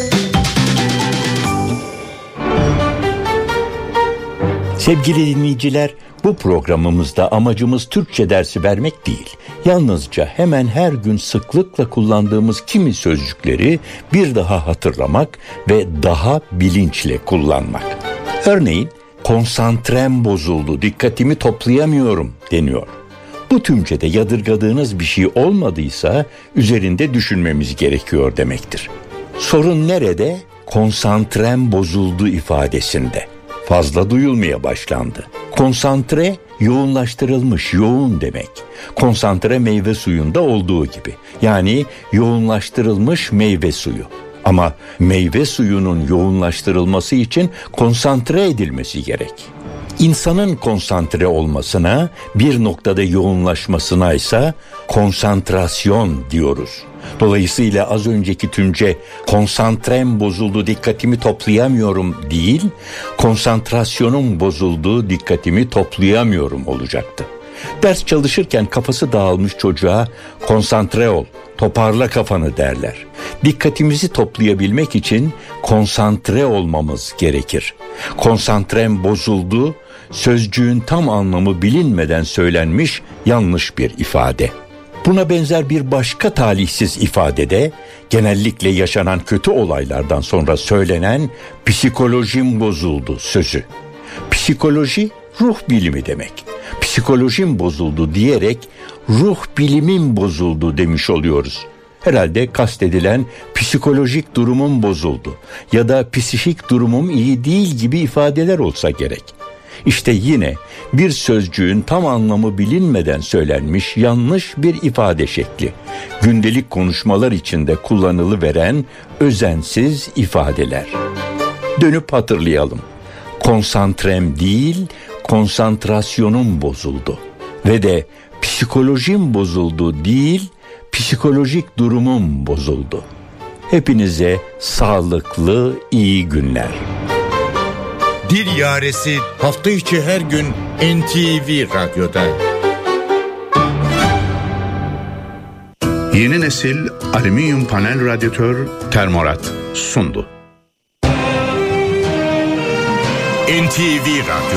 Sevgili dinleyiciler, bu programımızda amacımız Türkçe dersi vermek değil. Yalnızca hemen her gün sıklıkla kullandığımız kimi sözcükleri bir daha hatırlamak ve daha bilinçle kullanmak. Örneğin, konsantrem bozuldu, dikkatimi toplayamıyorum deniyor. Bu tümcede yadırgadığınız bir şey olmadıysa üzerinde düşünmemiz gerekiyor demektir. Sorun nerede? Konsantrem bozuldu ifadesinde. Fazla duyulmaya başlandı. Konsantre, yoğunlaştırılmış, yoğun demek. Konsantre meyve suyunda olduğu gibi. Yani yoğunlaştırılmış meyve suyu. Ama meyve suyunun yoğunlaştırılması için konsantre edilmesi gerek. İnsanın konsantre olmasına, bir noktada yoğunlaşmasına ise konsantrasyon diyoruz. Dolayısıyla az önceki tümce konsantrem bozuldu, dikkatimi toplayamıyorum değil, konsantrasyonum bozuldu, dikkatimi toplayamıyorum olacaktı. Ders çalışırken kafası dağılmış çocuğa konsantre ol, toparla kafanı derler. Dikkatimizi toplayabilmek için konsantre olmamız gerekir. Konsantrem bozuldu, sözcüğün tam anlamı bilinmeden söylenmiş yanlış bir ifade. Buna benzer bir başka talihsiz ifadede genellikle yaşanan kötü olaylardan sonra söylenen psikolojim bozuldu sözü. Psikoloji ruh bilimi demek. Psikolojim bozuldu diyerek ruh bilimim bozuldu demiş oluyoruz. Herhalde kastedilen psikolojik durumum bozuldu ya da psikik durumum iyi değil gibi ifadeler olsa gerek. İşte yine bir sözcüğün tam anlamı bilinmeden söylenmiş yanlış bir ifade şekli. Gündelik konuşmalar içinde kullanılıveren özensiz ifadeler. Dönüp hatırlayalım. Konsantrem değil, konsantrasyonum bozuldu. Ve de psikolojim bozuldu değil, psikolojik durumum bozuldu. Hepinize sağlıklı, iyi günler. Dil Yaresi hafta içi her gün N T V Radyo'da. Yeni nesil alüminyum panel radyatör Termorat sundu. N T V Radyo.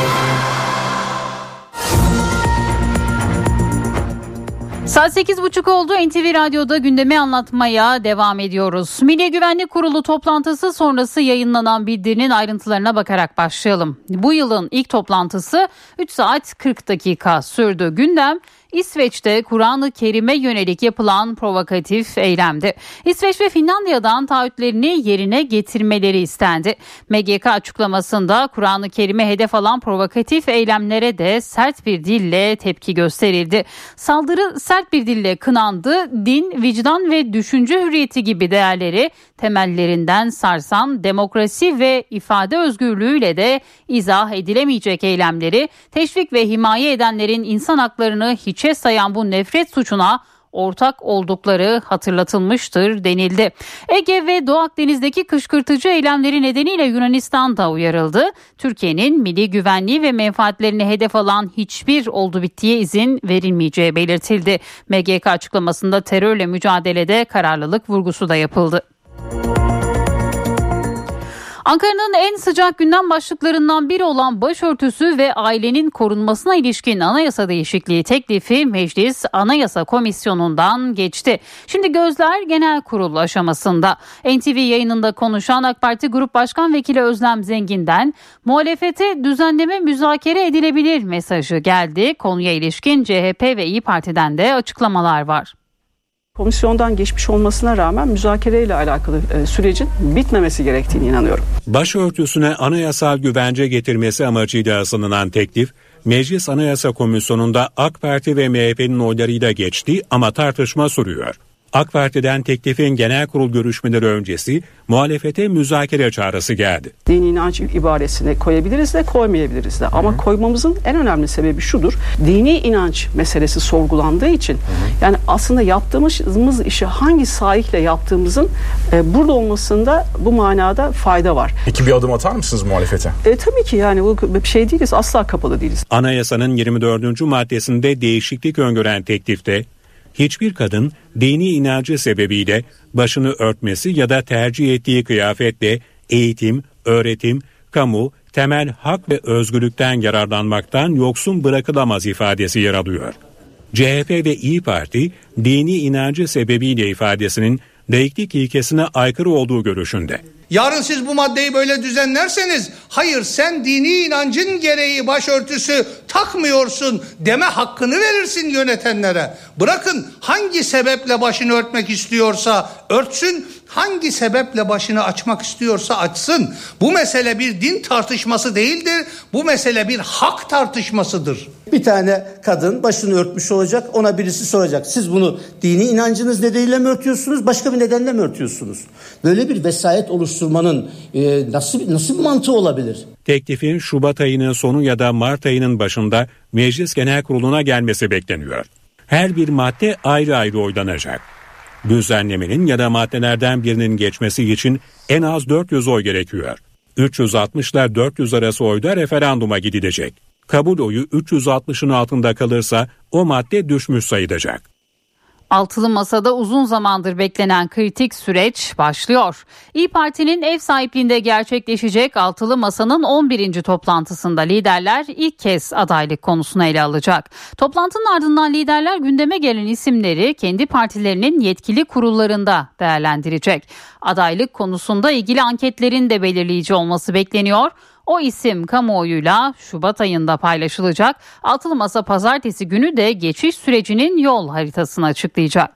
Saat sekiz buçuk oldu. N T V Radyo'da gündemi anlatmaya devam ediyoruz. Milli Güvenlik Kurulu toplantısı sonrası yayınlanan bildirinin ayrıntılarına bakarak başlayalım. Bu yılın ilk toplantısı üç saat kırk dakika sürdü. Gündem İsveç'te Kur'an-ı Kerim'e yönelik yapılan provokatif eylemdi. İsveç ve Finlandiya'dan taahhütlerini yerine getirmeleri istendi. M G K açıklamasında Kur'an-ı Kerim'e hedef alan provokatif eylemlere de sert bir dille tepki gösterildi. Saldırı sert bir dille kınandı. Din, vicdan ve düşünce hürriyeti gibi değerleri temellerinden sarsan demokrasi ve ifade özgürlüğüyle de izah edilemeyecek eylemleri teşvik ve himaye edenlerin insan haklarını hiçe sayan bu nefret suçuna ortak oldukları hatırlatılmıştır denildi. Ege ve Doğu Akdeniz'deki kışkırtıcı eylemleri nedeniyle Yunanistan da uyarıldı. Türkiye'nin milli güvenliği ve menfaatlerini hedef alan hiçbir oldu bittiye izin verilmeyeceği belirtildi. M G K açıklamasında terörle mücadelede kararlılık vurgusu da yapıldı. Ankara'nın en sıcak gündem başlıklarından biri olan başörtüsü ve ailenin korunmasına ilişkin anayasa değişikliği teklifi Meclis Anayasa Komisyonu'ndan geçti. Şimdi gözler genel kurul aşamasında. N T V yayınında konuşan AK Parti Grup Başkan Vekili Özlem Zengin'den muhalefete düzenleme müzakere edilebilir mesajı geldi. Konuya ilişkin C H P ve İYİ Parti'den de açıklamalar var. Komisyondan geçmiş olmasına rağmen müzakereyle alakalı e, sürecin bitmemesi gerektiğine inanıyorum. Başörtüsüne anayasal güvence getirmesi amacıyla sunulan teklif, Meclis Anayasa Komisyonu'nda AK Parti ve M H P'nin oylarıyla geçti ama tartışma sürüyor. AK Parti'den teklifin genel kurul görüşmeleri öncesi muhalefete müzakere çağrısı geldi. Dini inanç ibaresini koyabiliriz de koymayabiliriz de ama Hı. koymamızın en önemli sebebi şudur. Dini inanç meselesi sorgulandığı için Hı. yani aslında yaptığımız işi hangi sahiple yaptığımızın e, burada olmasında bu manada fayda var. Peki bir adım atar mısınız muhalefete? E, tabii ki yani bu bir şey değiliz, asla kapalı değiliz. Anayasanın yirmi dördüncü maddesinde değişiklik öngören teklifte hiçbir kadın dini inancı sebebiyle başını örtmesi ya da tercih ettiği kıyafetle eğitim, öğretim, kamu, temel hak ve özgürlükten yararlanmaktan yoksun bırakılamaz ifadesi yer alıyor. C H P ve İYİ Parti dini inancı sebebiyle ifadesinin laiklik ilkesine aykırı olduğu görüşünde. Yarın siz bu maddeyi böyle düzenlerseniz hayır sen dini inancın gereği başörtüsü takmıyorsun deme hakkını verirsin yönetenlere. Bırakın hangi sebeple başını örtmek istiyorsa örtsün, hangi sebeple başını açmak istiyorsa açsın. Bu mesele bir din tartışması değildir, bu mesele bir hak tartışmasıdır. Bir tane kadın başını örtmüş olacak, ona birisi soracak. Siz bunu dini inancınız nedeniyle mi örtüyorsunuz, başka bir nedenle mi örtüyorsunuz? Böyle bir vesayet oluşturmanın e, nasıl nasıl bir mantığı olabilir? Teklifin Şubat ayının sonu ya da Mart ayının başında Meclis Genel Kurulu'na gelmesi bekleniyor. Her bir madde ayrı ayrı oylanacak. Düzenlemenin ya da maddelerden birinin geçmesi için en az dört yüz oy gerekiyor. üç yüz altmış ile dört yüz arası oyda referanduma gidilecek. Kabul oyu üç yüz altmışın altında kalırsa o madde düşmüş sayılacak. Altılı Masa'da uzun zamandır beklenen kritik süreç başlıyor. İYİ Parti'nin ev sahipliğinde gerçekleşecek Altılı Masa'nın on birinci toplantısında liderler ilk kez adaylık konusunu ele alacak. Toplantının ardından liderler gündeme gelen isimleri kendi partilerinin yetkili kurullarında değerlendirecek. Adaylık konusunda ilgili anketlerin de belirleyici olması bekleniyor. O isim kamuoyuyla Şubat ayında paylaşılacak. Altılı Masa pazartesi günü de geçiş sürecinin yol haritasını açıklayacak.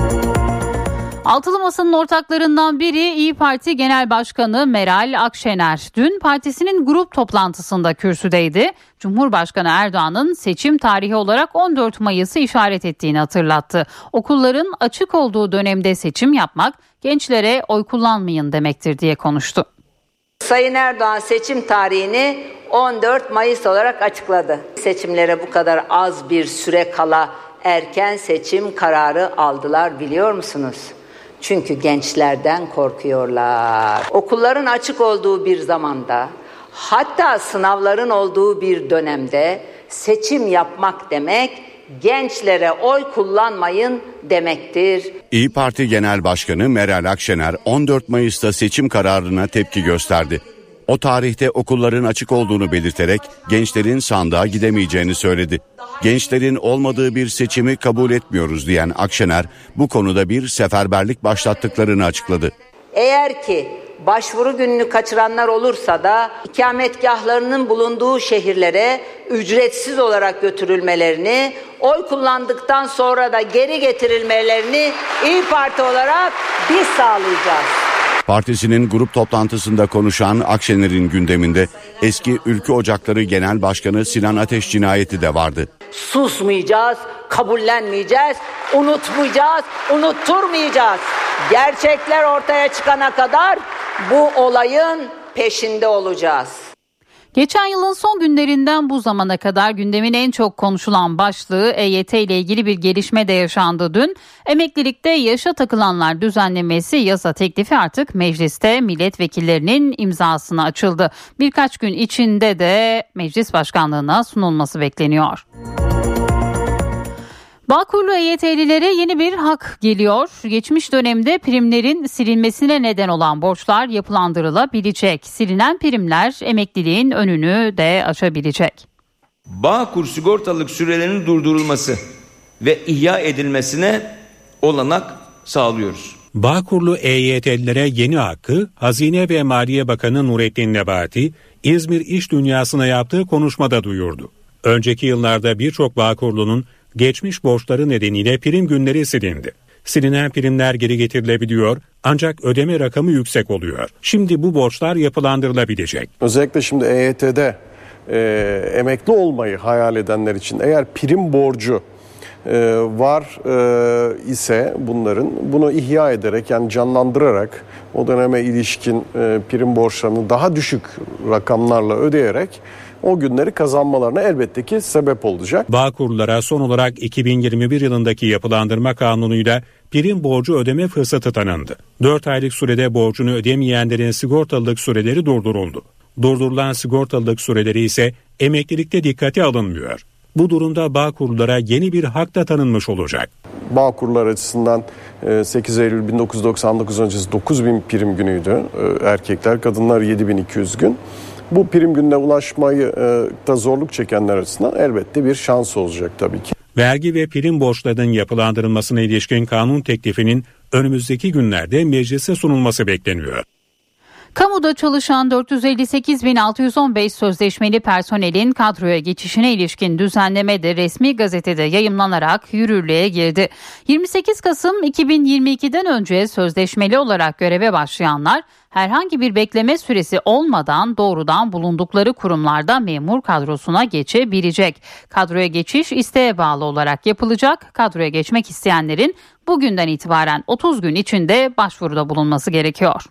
Altılı Masa'nın ortaklarından biri İYİ Parti Genel Başkanı Meral Akşener. Dün partisinin grup toplantısında kürsüdeydi. Cumhurbaşkanı Erdoğan'ın seçim tarihi olarak on dört Mayıs'ı işaret ettiğini hatırlattı. Okulların açık olduğu dönemde seçim yapmak gençlere oy kullanmayın demektir diye konuştu. Sayın Erdoğan seçim tarihini on dört Mayıs olarak açıkladı. Seçimlere bu kadar az bir süre kala erken seçim kararı aldılar biliyor musunuz? Çünkü gençlerden korkuyorlar. Okulların açık olduğu bir zamanda, hatta sınavların olduğu bir dönemde seçim yapmak demek gençlere oy kullanmayın demektir. İYİ Parti Genel Başkanı Meral Akşener on dört Mayıs'ta seçim kararına tepki gösterdi. O tarihte okulların açık olduğunu belirterek gençlerin sandığa gidemeyeceğini söyledi. Gençlerin olmadığı bir seçimi kabul etmiyoruz diyen Akşener bu konuda bir seferberlik başlattıklarını açıkladı. Eğer ki Başvuru gününü kaçıranlar olursa da ikametgahlarının bulunduğu şehirlere ücretsiz olarak götürülmelerini, oy kullandıktan sonra da geri getirilmelerini İYİ Parti olarak biz sağlayacağız. Partisinin grup toplantısında konuşan Akşener'in gündeminde eski Ülkü Ocakları Genel Başkanı Sinan Ateş cinayeti de vardı. Susmayacağız, kabullenmeyeceğiz, unutmayacağız, unutturmayacağız. Gerçekler ortaya çıkana kadar bu olayın peşinde olacağız. Geçen yılın son günlerinden bu zamana kadar gündemin en çok konuşulan başlığı E Y T ile ilgili bir gelişme de yaşandı dün. Emeklilikte yaşa takılanlar düzenlemesi yasa teklifi artık mecliste milletvekillerinin imzasına açıldı. Birkaç gün içinde de meclis başkanlığına sunulması bekleniyor. Bağkurlu E Y T'lilere yeni bir hak geliyor. Geçmiş dönemde primlerin silinmesine neden olan borçlar yapılandırılabilecek. Silinen primler emekliliğin önünü de açabilecek. Bağkur sigortalık sürelerinin durdurulması ve ihya edilmesine olanak sağlıyoruz. Bağkurlu E Y T'lilere yeni hakkı Hazine ve Maliye Bakanı Nurettin Nebati, İzmir İş Dünyası'na yaptığı konuşmada duyurdu. Önceki yıllarda birçok Bağkurlu'nun geçmiş borçları nedeniyle prim günleri silindi. Silinen primler geri getirilebiliyor ancak ödeme rakamı yüksek oluyor. Şimdi bu borçlar yapılandırılabilecek. Özellikle şimdi E Y T'de e, emekli olmayı hayal edenler için eğer prim borcu e, var e, ise bunların bunu ihya ederek yani canlandırarak o döneme ilişkin e, prim borçlarını daha düşük rakamlarla ödeyerek o günleri kazanmalarına elbette ki sebep olacak. Bağkurlulara son olarak iki bin yirmi bir yılındaki yapılandırma kanunuyla prim borcu ödeme fırsatı tanındı. dört aylık sürede borcunu ödemeyenlerin sigortalılık süreleri durduruldu. Durdurulan sigortalılık süreleri ise emeklilikte dikkate alınmıyor. Bu durumda Bağkurlulara yeni bir hak da tanınmış olacak. Bağkurlar açısından sekiz Eylül bin dokuz yüz doksan dokuz öncesi dokuz bin prim günüydü. Erkekler, kadınlar yedi bin iki yüz gün. Bu prim gününe ulaşmayı da zorluk çekenler açısından elbette bir şans olacak tabii ki. Vergi ve prim borçlarının yapılandırılmasına ilişkin kanun teklifinin önümüzdeki günlerde meclise sunulması bekleniyor. Kamuda çalışan dört yüz elli sekiz bin altı yüz on beş sözleşmeli personelin kadroya geçişine ilişkin düzenleme de resmi gazetede yayımlanarak yürürlüğe girdi. yirmi sekiz Kasım iki bin yirmi ikiden önce sözleşmeli olarak göreve başlayanlar herhangi bir bekleme süresi olmadan doğrudan bulundukları kurumlarda memur kadrosuna geçebilecek. Kadroya geçiş isteğe bağlı olarak yapılacak. Kadroya geçmek isteyenlerin bugünden itibaren otuz gün içinde başvuruda bulunması gerekiyor.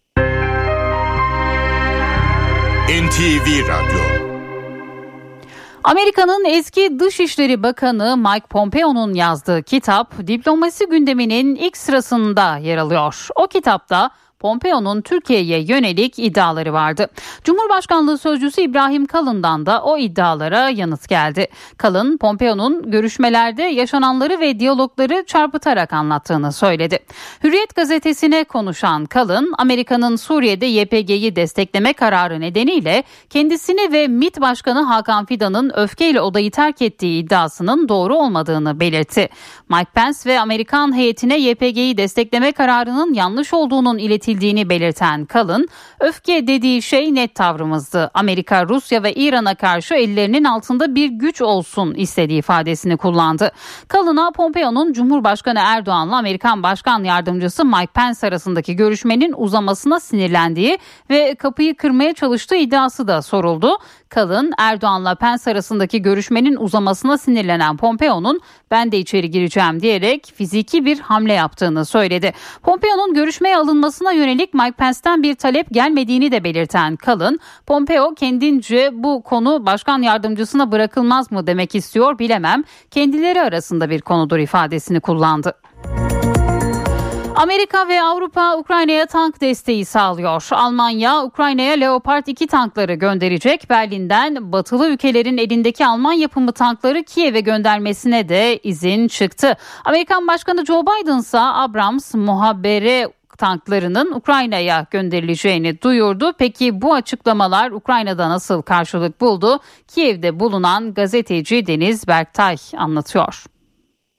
N T V Radyo. Amerika'nın eski Dışişleri Bakanı Mike Pompeo'nun yazdığı kitap diplomasi gündeminin ilk sırasında yer alıyor. O kitapta Pompeo'nun Türkiye'ye yönelik iddiaları vardı. Cumhurbaşkanlığı Sözcüsü İbrahim Kalın'dan da o iddialara yanıt geldi. Kalın, Pompeo'nun görüşmelerde yaşananları ve diyalogları çarpıtarak anlattığını söyledi. Hürriyet gazetesine konuşan Kalın, Amerika'nın Suriye'de Y P G'yi destekleme kararı nedeniyle kendisini ve MİT Başkanı Hakan Fidan'ın öfkeyle odayı terk ettiği iddiasının doğru olmadığını belirtti. Mike Pence ve Amerikan heyetine Y P G'yi destekleme kararının yanlış olduğunun iletildiğini belirten Kalın, öfke dediği şey net tavrımızdı. Amerika, Rusya ve İran'a karşı ellerinin altında bir güç olsun istediği ifadesini kullandı. Kalın'a Pompeo'nun Cumhurbaşkanı Erdoğan'la Amerikan Başkan Yardımcısı Mike Pence arasındaki görüşmenin uzamasına sinirlendiği ve kapıyı kırmaya çalıştığı iddiası da soruldu. Kalın, Erdoğan'la Pence arasındaki görüşmenin uzamasına sinirlenen Pompeo'nun ben de içeri gireceğim diyerek fiziki bir hamle yaptığını söyledi. Pompeo'nun görüşmeye alınmasına yönelik Mike Pence'ten bir talep gelmediğini de belirten Kalın, Pompeo kendince bu konu başkan yardımcısına bırakılmaz mı demek istiyor bilemem, kendileri arasında bir konudur ifadesini kullandı. Amerika ve Avrupa Ukrayna'ya tank desteği sağlıyor. Almanya, Ukrayna'ya Leopard iki tankları gönderecek. Berlin'den batılı ülkelerin elindeki Alman yapımı tankları Kiev'e göndermesine de izin çıktı. Amerikan Başkanı Joe Biden ise Abrams muhabere tanklarının Ukrayna'ya gönderileceğini duyurdu. Peki bu açıklamalar Ukrayna'da nasıl karşılık buldu? Kiev'de bulunan gazeteci Deniz Berktay anlatıyor.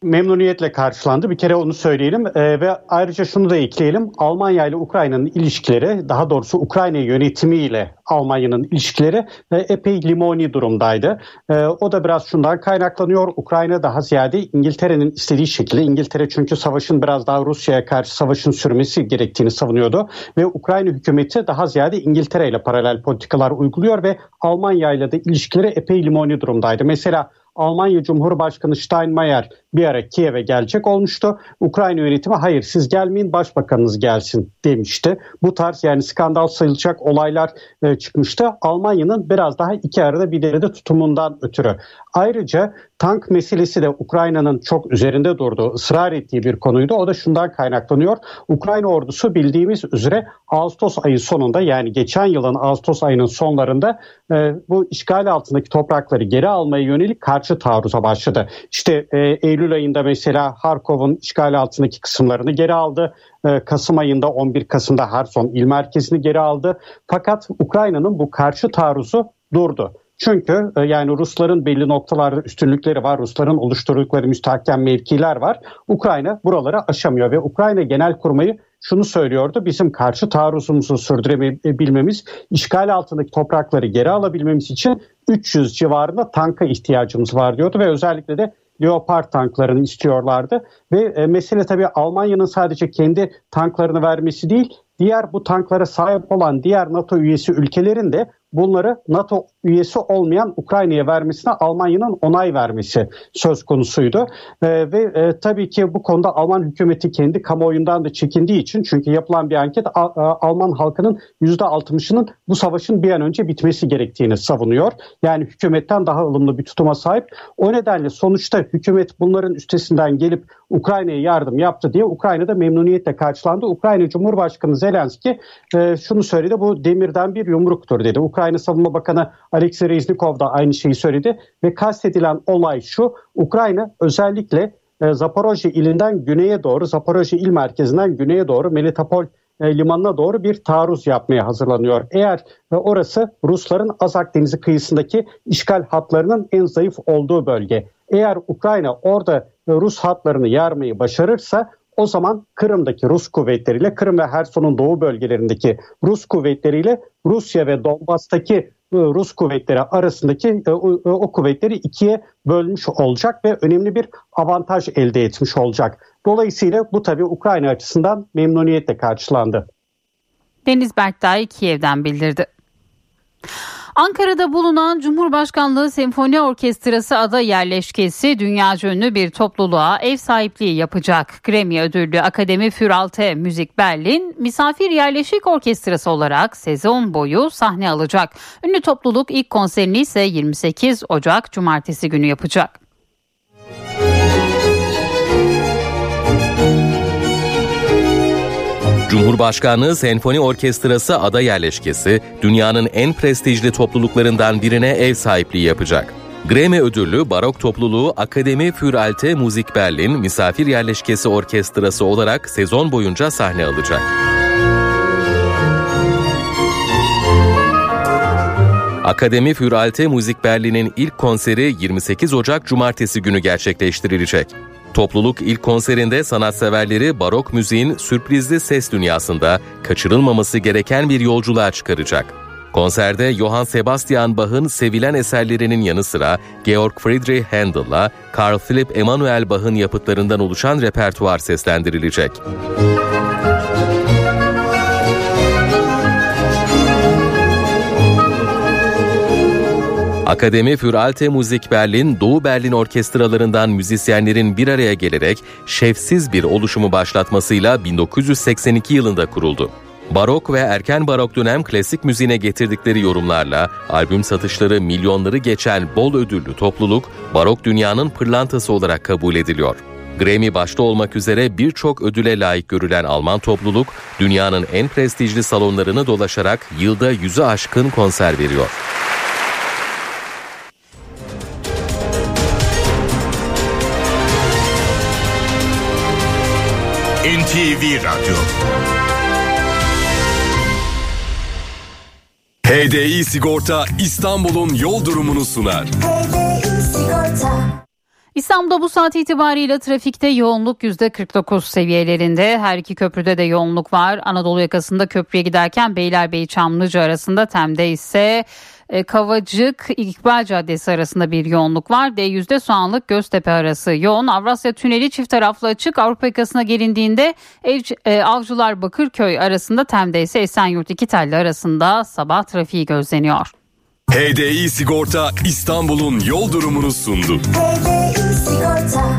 Memnuniyetle karşılandı. Bir kere onu söyleyelim ee, ve ayrıca şunu da ekleyelim. Almanya ile Ukrayna'nın ilişkileri, daha doğrusu Ukrayna yönetimiyle Almanya'nın ilişkileri e, epey limoni durumdaydı. E, o da biraz şundan kaynaklanıyor. Ukrayna daha ziyade İngiltere'nin istediği şekilde, İngiltere çünkü savaşın biraz daha Rusya'ya karşı savaşın sürmesi gerektiğini savunuyordu ve Ukrayna hükümeti daha ziyade İngiltere ile paralel politikalar uyguluyor ve Almanya ile de ilişkileri epey limoni durumdaydı. Mesela Almanya Cumhurbaşkanı Steinmeier bir ara Kiev'e gelecek olmuştu. Ukrayna yönetimi hayır siz gelmeyin başbakanınız gelsin demişti. Bu tarz yani skandal sayılacak olaylar e, çıkmıştı. Almanya'nın biraz daha iki arada bir derede tutumundan ötürü. Ayrıca tank meselesi de Ukrayna'nın çok üzerinde durduğu, ısrar ettiği bir konuydu. O da şundan kaynaklanıyor. Ukrayna ordusu bildiğimiz üzere Ağustos ayı sonunda yani geçen yılın Ağustos ayının sonlarında e, bu işgal altındaki toprakları geri almaya yönelik karşı taarruza başladı. İşte e, Eylül ayında mesela Harkov'un işgal altındaki kısımlarını geri aldı. E, Kasım ayında on bir Kasım'da Herson il merkezini geri aldı. Fakat Ukrayna'nın bu karşı taarruzu durdu. Çünkü yani Rusların belli noktalarda üstünlükleri var. Rusların oluşturdukları müstahkem mevkiler var. Ukrayna buraları aşamıyor ve Ukrayna Genelkurmayı şunu söylüyordu. Bizim karşı taarruzumuzu sürdürebilmemiz, işgal altındaki toprakları geri alabilmemiz için üç yüz civarında tanka ihtiyacımız var diyordu ve özellikle de Leopard tanklarını istiyorlardı. Ve e, mesele tabii Almanya'nın sadece kendi tanklarını vermesi değil, diğer bu tanklara sahip olan diğer NATO üyesi ülkelerin de bunları NATO üyesi olmayan Ukrayna'ya vermesine Almanya'nın onay vermesi söz konusuydu. Ee, ve e, tabii ki bu konuda Alman hükümeti kendi kamuoyundan da çekindiği için çünkü yapılan bir anket A- A- Alman halkının yüzde altmışının bu savaşın bir an önce bitmesi gerektiğini savunuyor. Yani hükümetten daha ılımlı bir tutuma sahip. O nedenle sonuçta hükümet bunların üstesinden gelip Ukrayna'ya yardım yaptı diye Ukrayna'da memnuniyetle karşılandı. Ukrayna Cumhurbaşkanı Zelenski e, şunu söyledi, bu demirden bir yumruktur dedi. Ukrayna Savunma Bakanı Alexey Reznikov da aynı şeyi söyledi ve kastedilen olay şu: Ukrayna özellikle e, Zaporojye ilinden güneye doğru, Zaporojye il merkezinden güneye doğru Melitopol e, limanına doğru bir taarruz yapmaya hazırlanıyor. Eğer e, orası Rusların Azak Denizi kıyısındaki işgal hatlarının en zayıf olduğu bölge. Eğer Ukrayna orada e, Rus hatlarını yarmayı başarırsa o zaman Kırım'daki Rus kuvvetleriyle, Kırım ve Herson'un doğu bölgelerindeki Rus kuvvetleriyle Rusya ve Donbas'taki Rus kuvvetleri arasındaki o, o kuvvetleri ikiye bölmüş olacak ve önemli bir avantaj elde etmiş olacak. Dolayısıyla bu tabii Ukrayna açısından memnuniyetle karşılandı. Deniz Berktay Kiev'den bildirdi. Ankara'da bulunan Cumhurbaşkanlığı Senfoni Orkestrası ada yerleşkesi dünyaca ünlü bir topluluğa ev sahipliği yapacak. Grammy ödüllü Akademi für Alte Musik Berlin misafir yerleşik orkestrası olarak sezon boyu sahne alacak. Ünlü topluluk ilk konserini ise yirmi sekiz Ocak Cumartesi günü yapacak. Cumhurbaşkanlığı Senfoni Orkestrası ada yerleşkesi dünyanın en prestijli topluluklarından birine ev sahipliği yapacak. Grammy ödüllü barok topluluğu Akademi für Alte Musik Berlin misafir yerleşkesi orkestrası olarak sezon boyunca sahne alacak. Akademi für Alte Musik Berlin'in ilk konseri yirmi sekiz Ocak Cumartesi günü gerçekleştirilecek. Topluluk ilk konserinde sanatseverleri barok müziğin sürprizli ses dünyasında kaçırılmaması gereken bir yolculuğa çıkaracak. Konserde Johann Sebastian Bach'ın sevilen eserlerinin yanı sıra Georg Friedrich Handel'la Carl Philipp Emanuel Bach'ın yapıtlarından oluşan repertuar seslendirilecek. Akademi für Alte Musik Berlin, Doğu Berlin orkestralarından müzisyenlerin bir araya gelerek şefsiz bir oluşumu başlatmasıyla bin dokuz yüz seksen iki yılında kuruldu. Barok ve erken barok dönem klasik müziğine getirdikleri yorumlarla albüm satışları milyonları geçen bol ödüllü topluluk, barok dünyanın pırlantası olarak kabul ediliyor. Grammy başta olmak üzere birçok ödüle layık görülen Alman topluluk, dünyanın en prestijli salonlarını dolaşarak yılda yüzü aşkın konser veriyor. N T V Radyo. H D I Sigorta İstanbul'un yol durumunu sunar. İstanbul'da bu saat itibariyle trafikte yoğunluk yüzde kırk dokuz seviyelerinde. Her iki köprüde de yoğunluk var. Anadolu yakasında köprüye giderken Beylerbeyi-Çamlıca arasında, Tem'de ise Kavacık İkbal Caddesi arasında bir yoğunluk var. D yüzde Soğanlık Göztepe arası yoğun. Avrasya Tüneli çift taraflı açık. Avrupa yakasına gelindiğinde Evc, e, Avcılar Bakırköy arasında, Tem'de ise Esenyurt İkitelli arasında sabah trafiği gözleniyor. H D I Sigorta İstanbul'un yol durumunu sundu. H D I Sigorta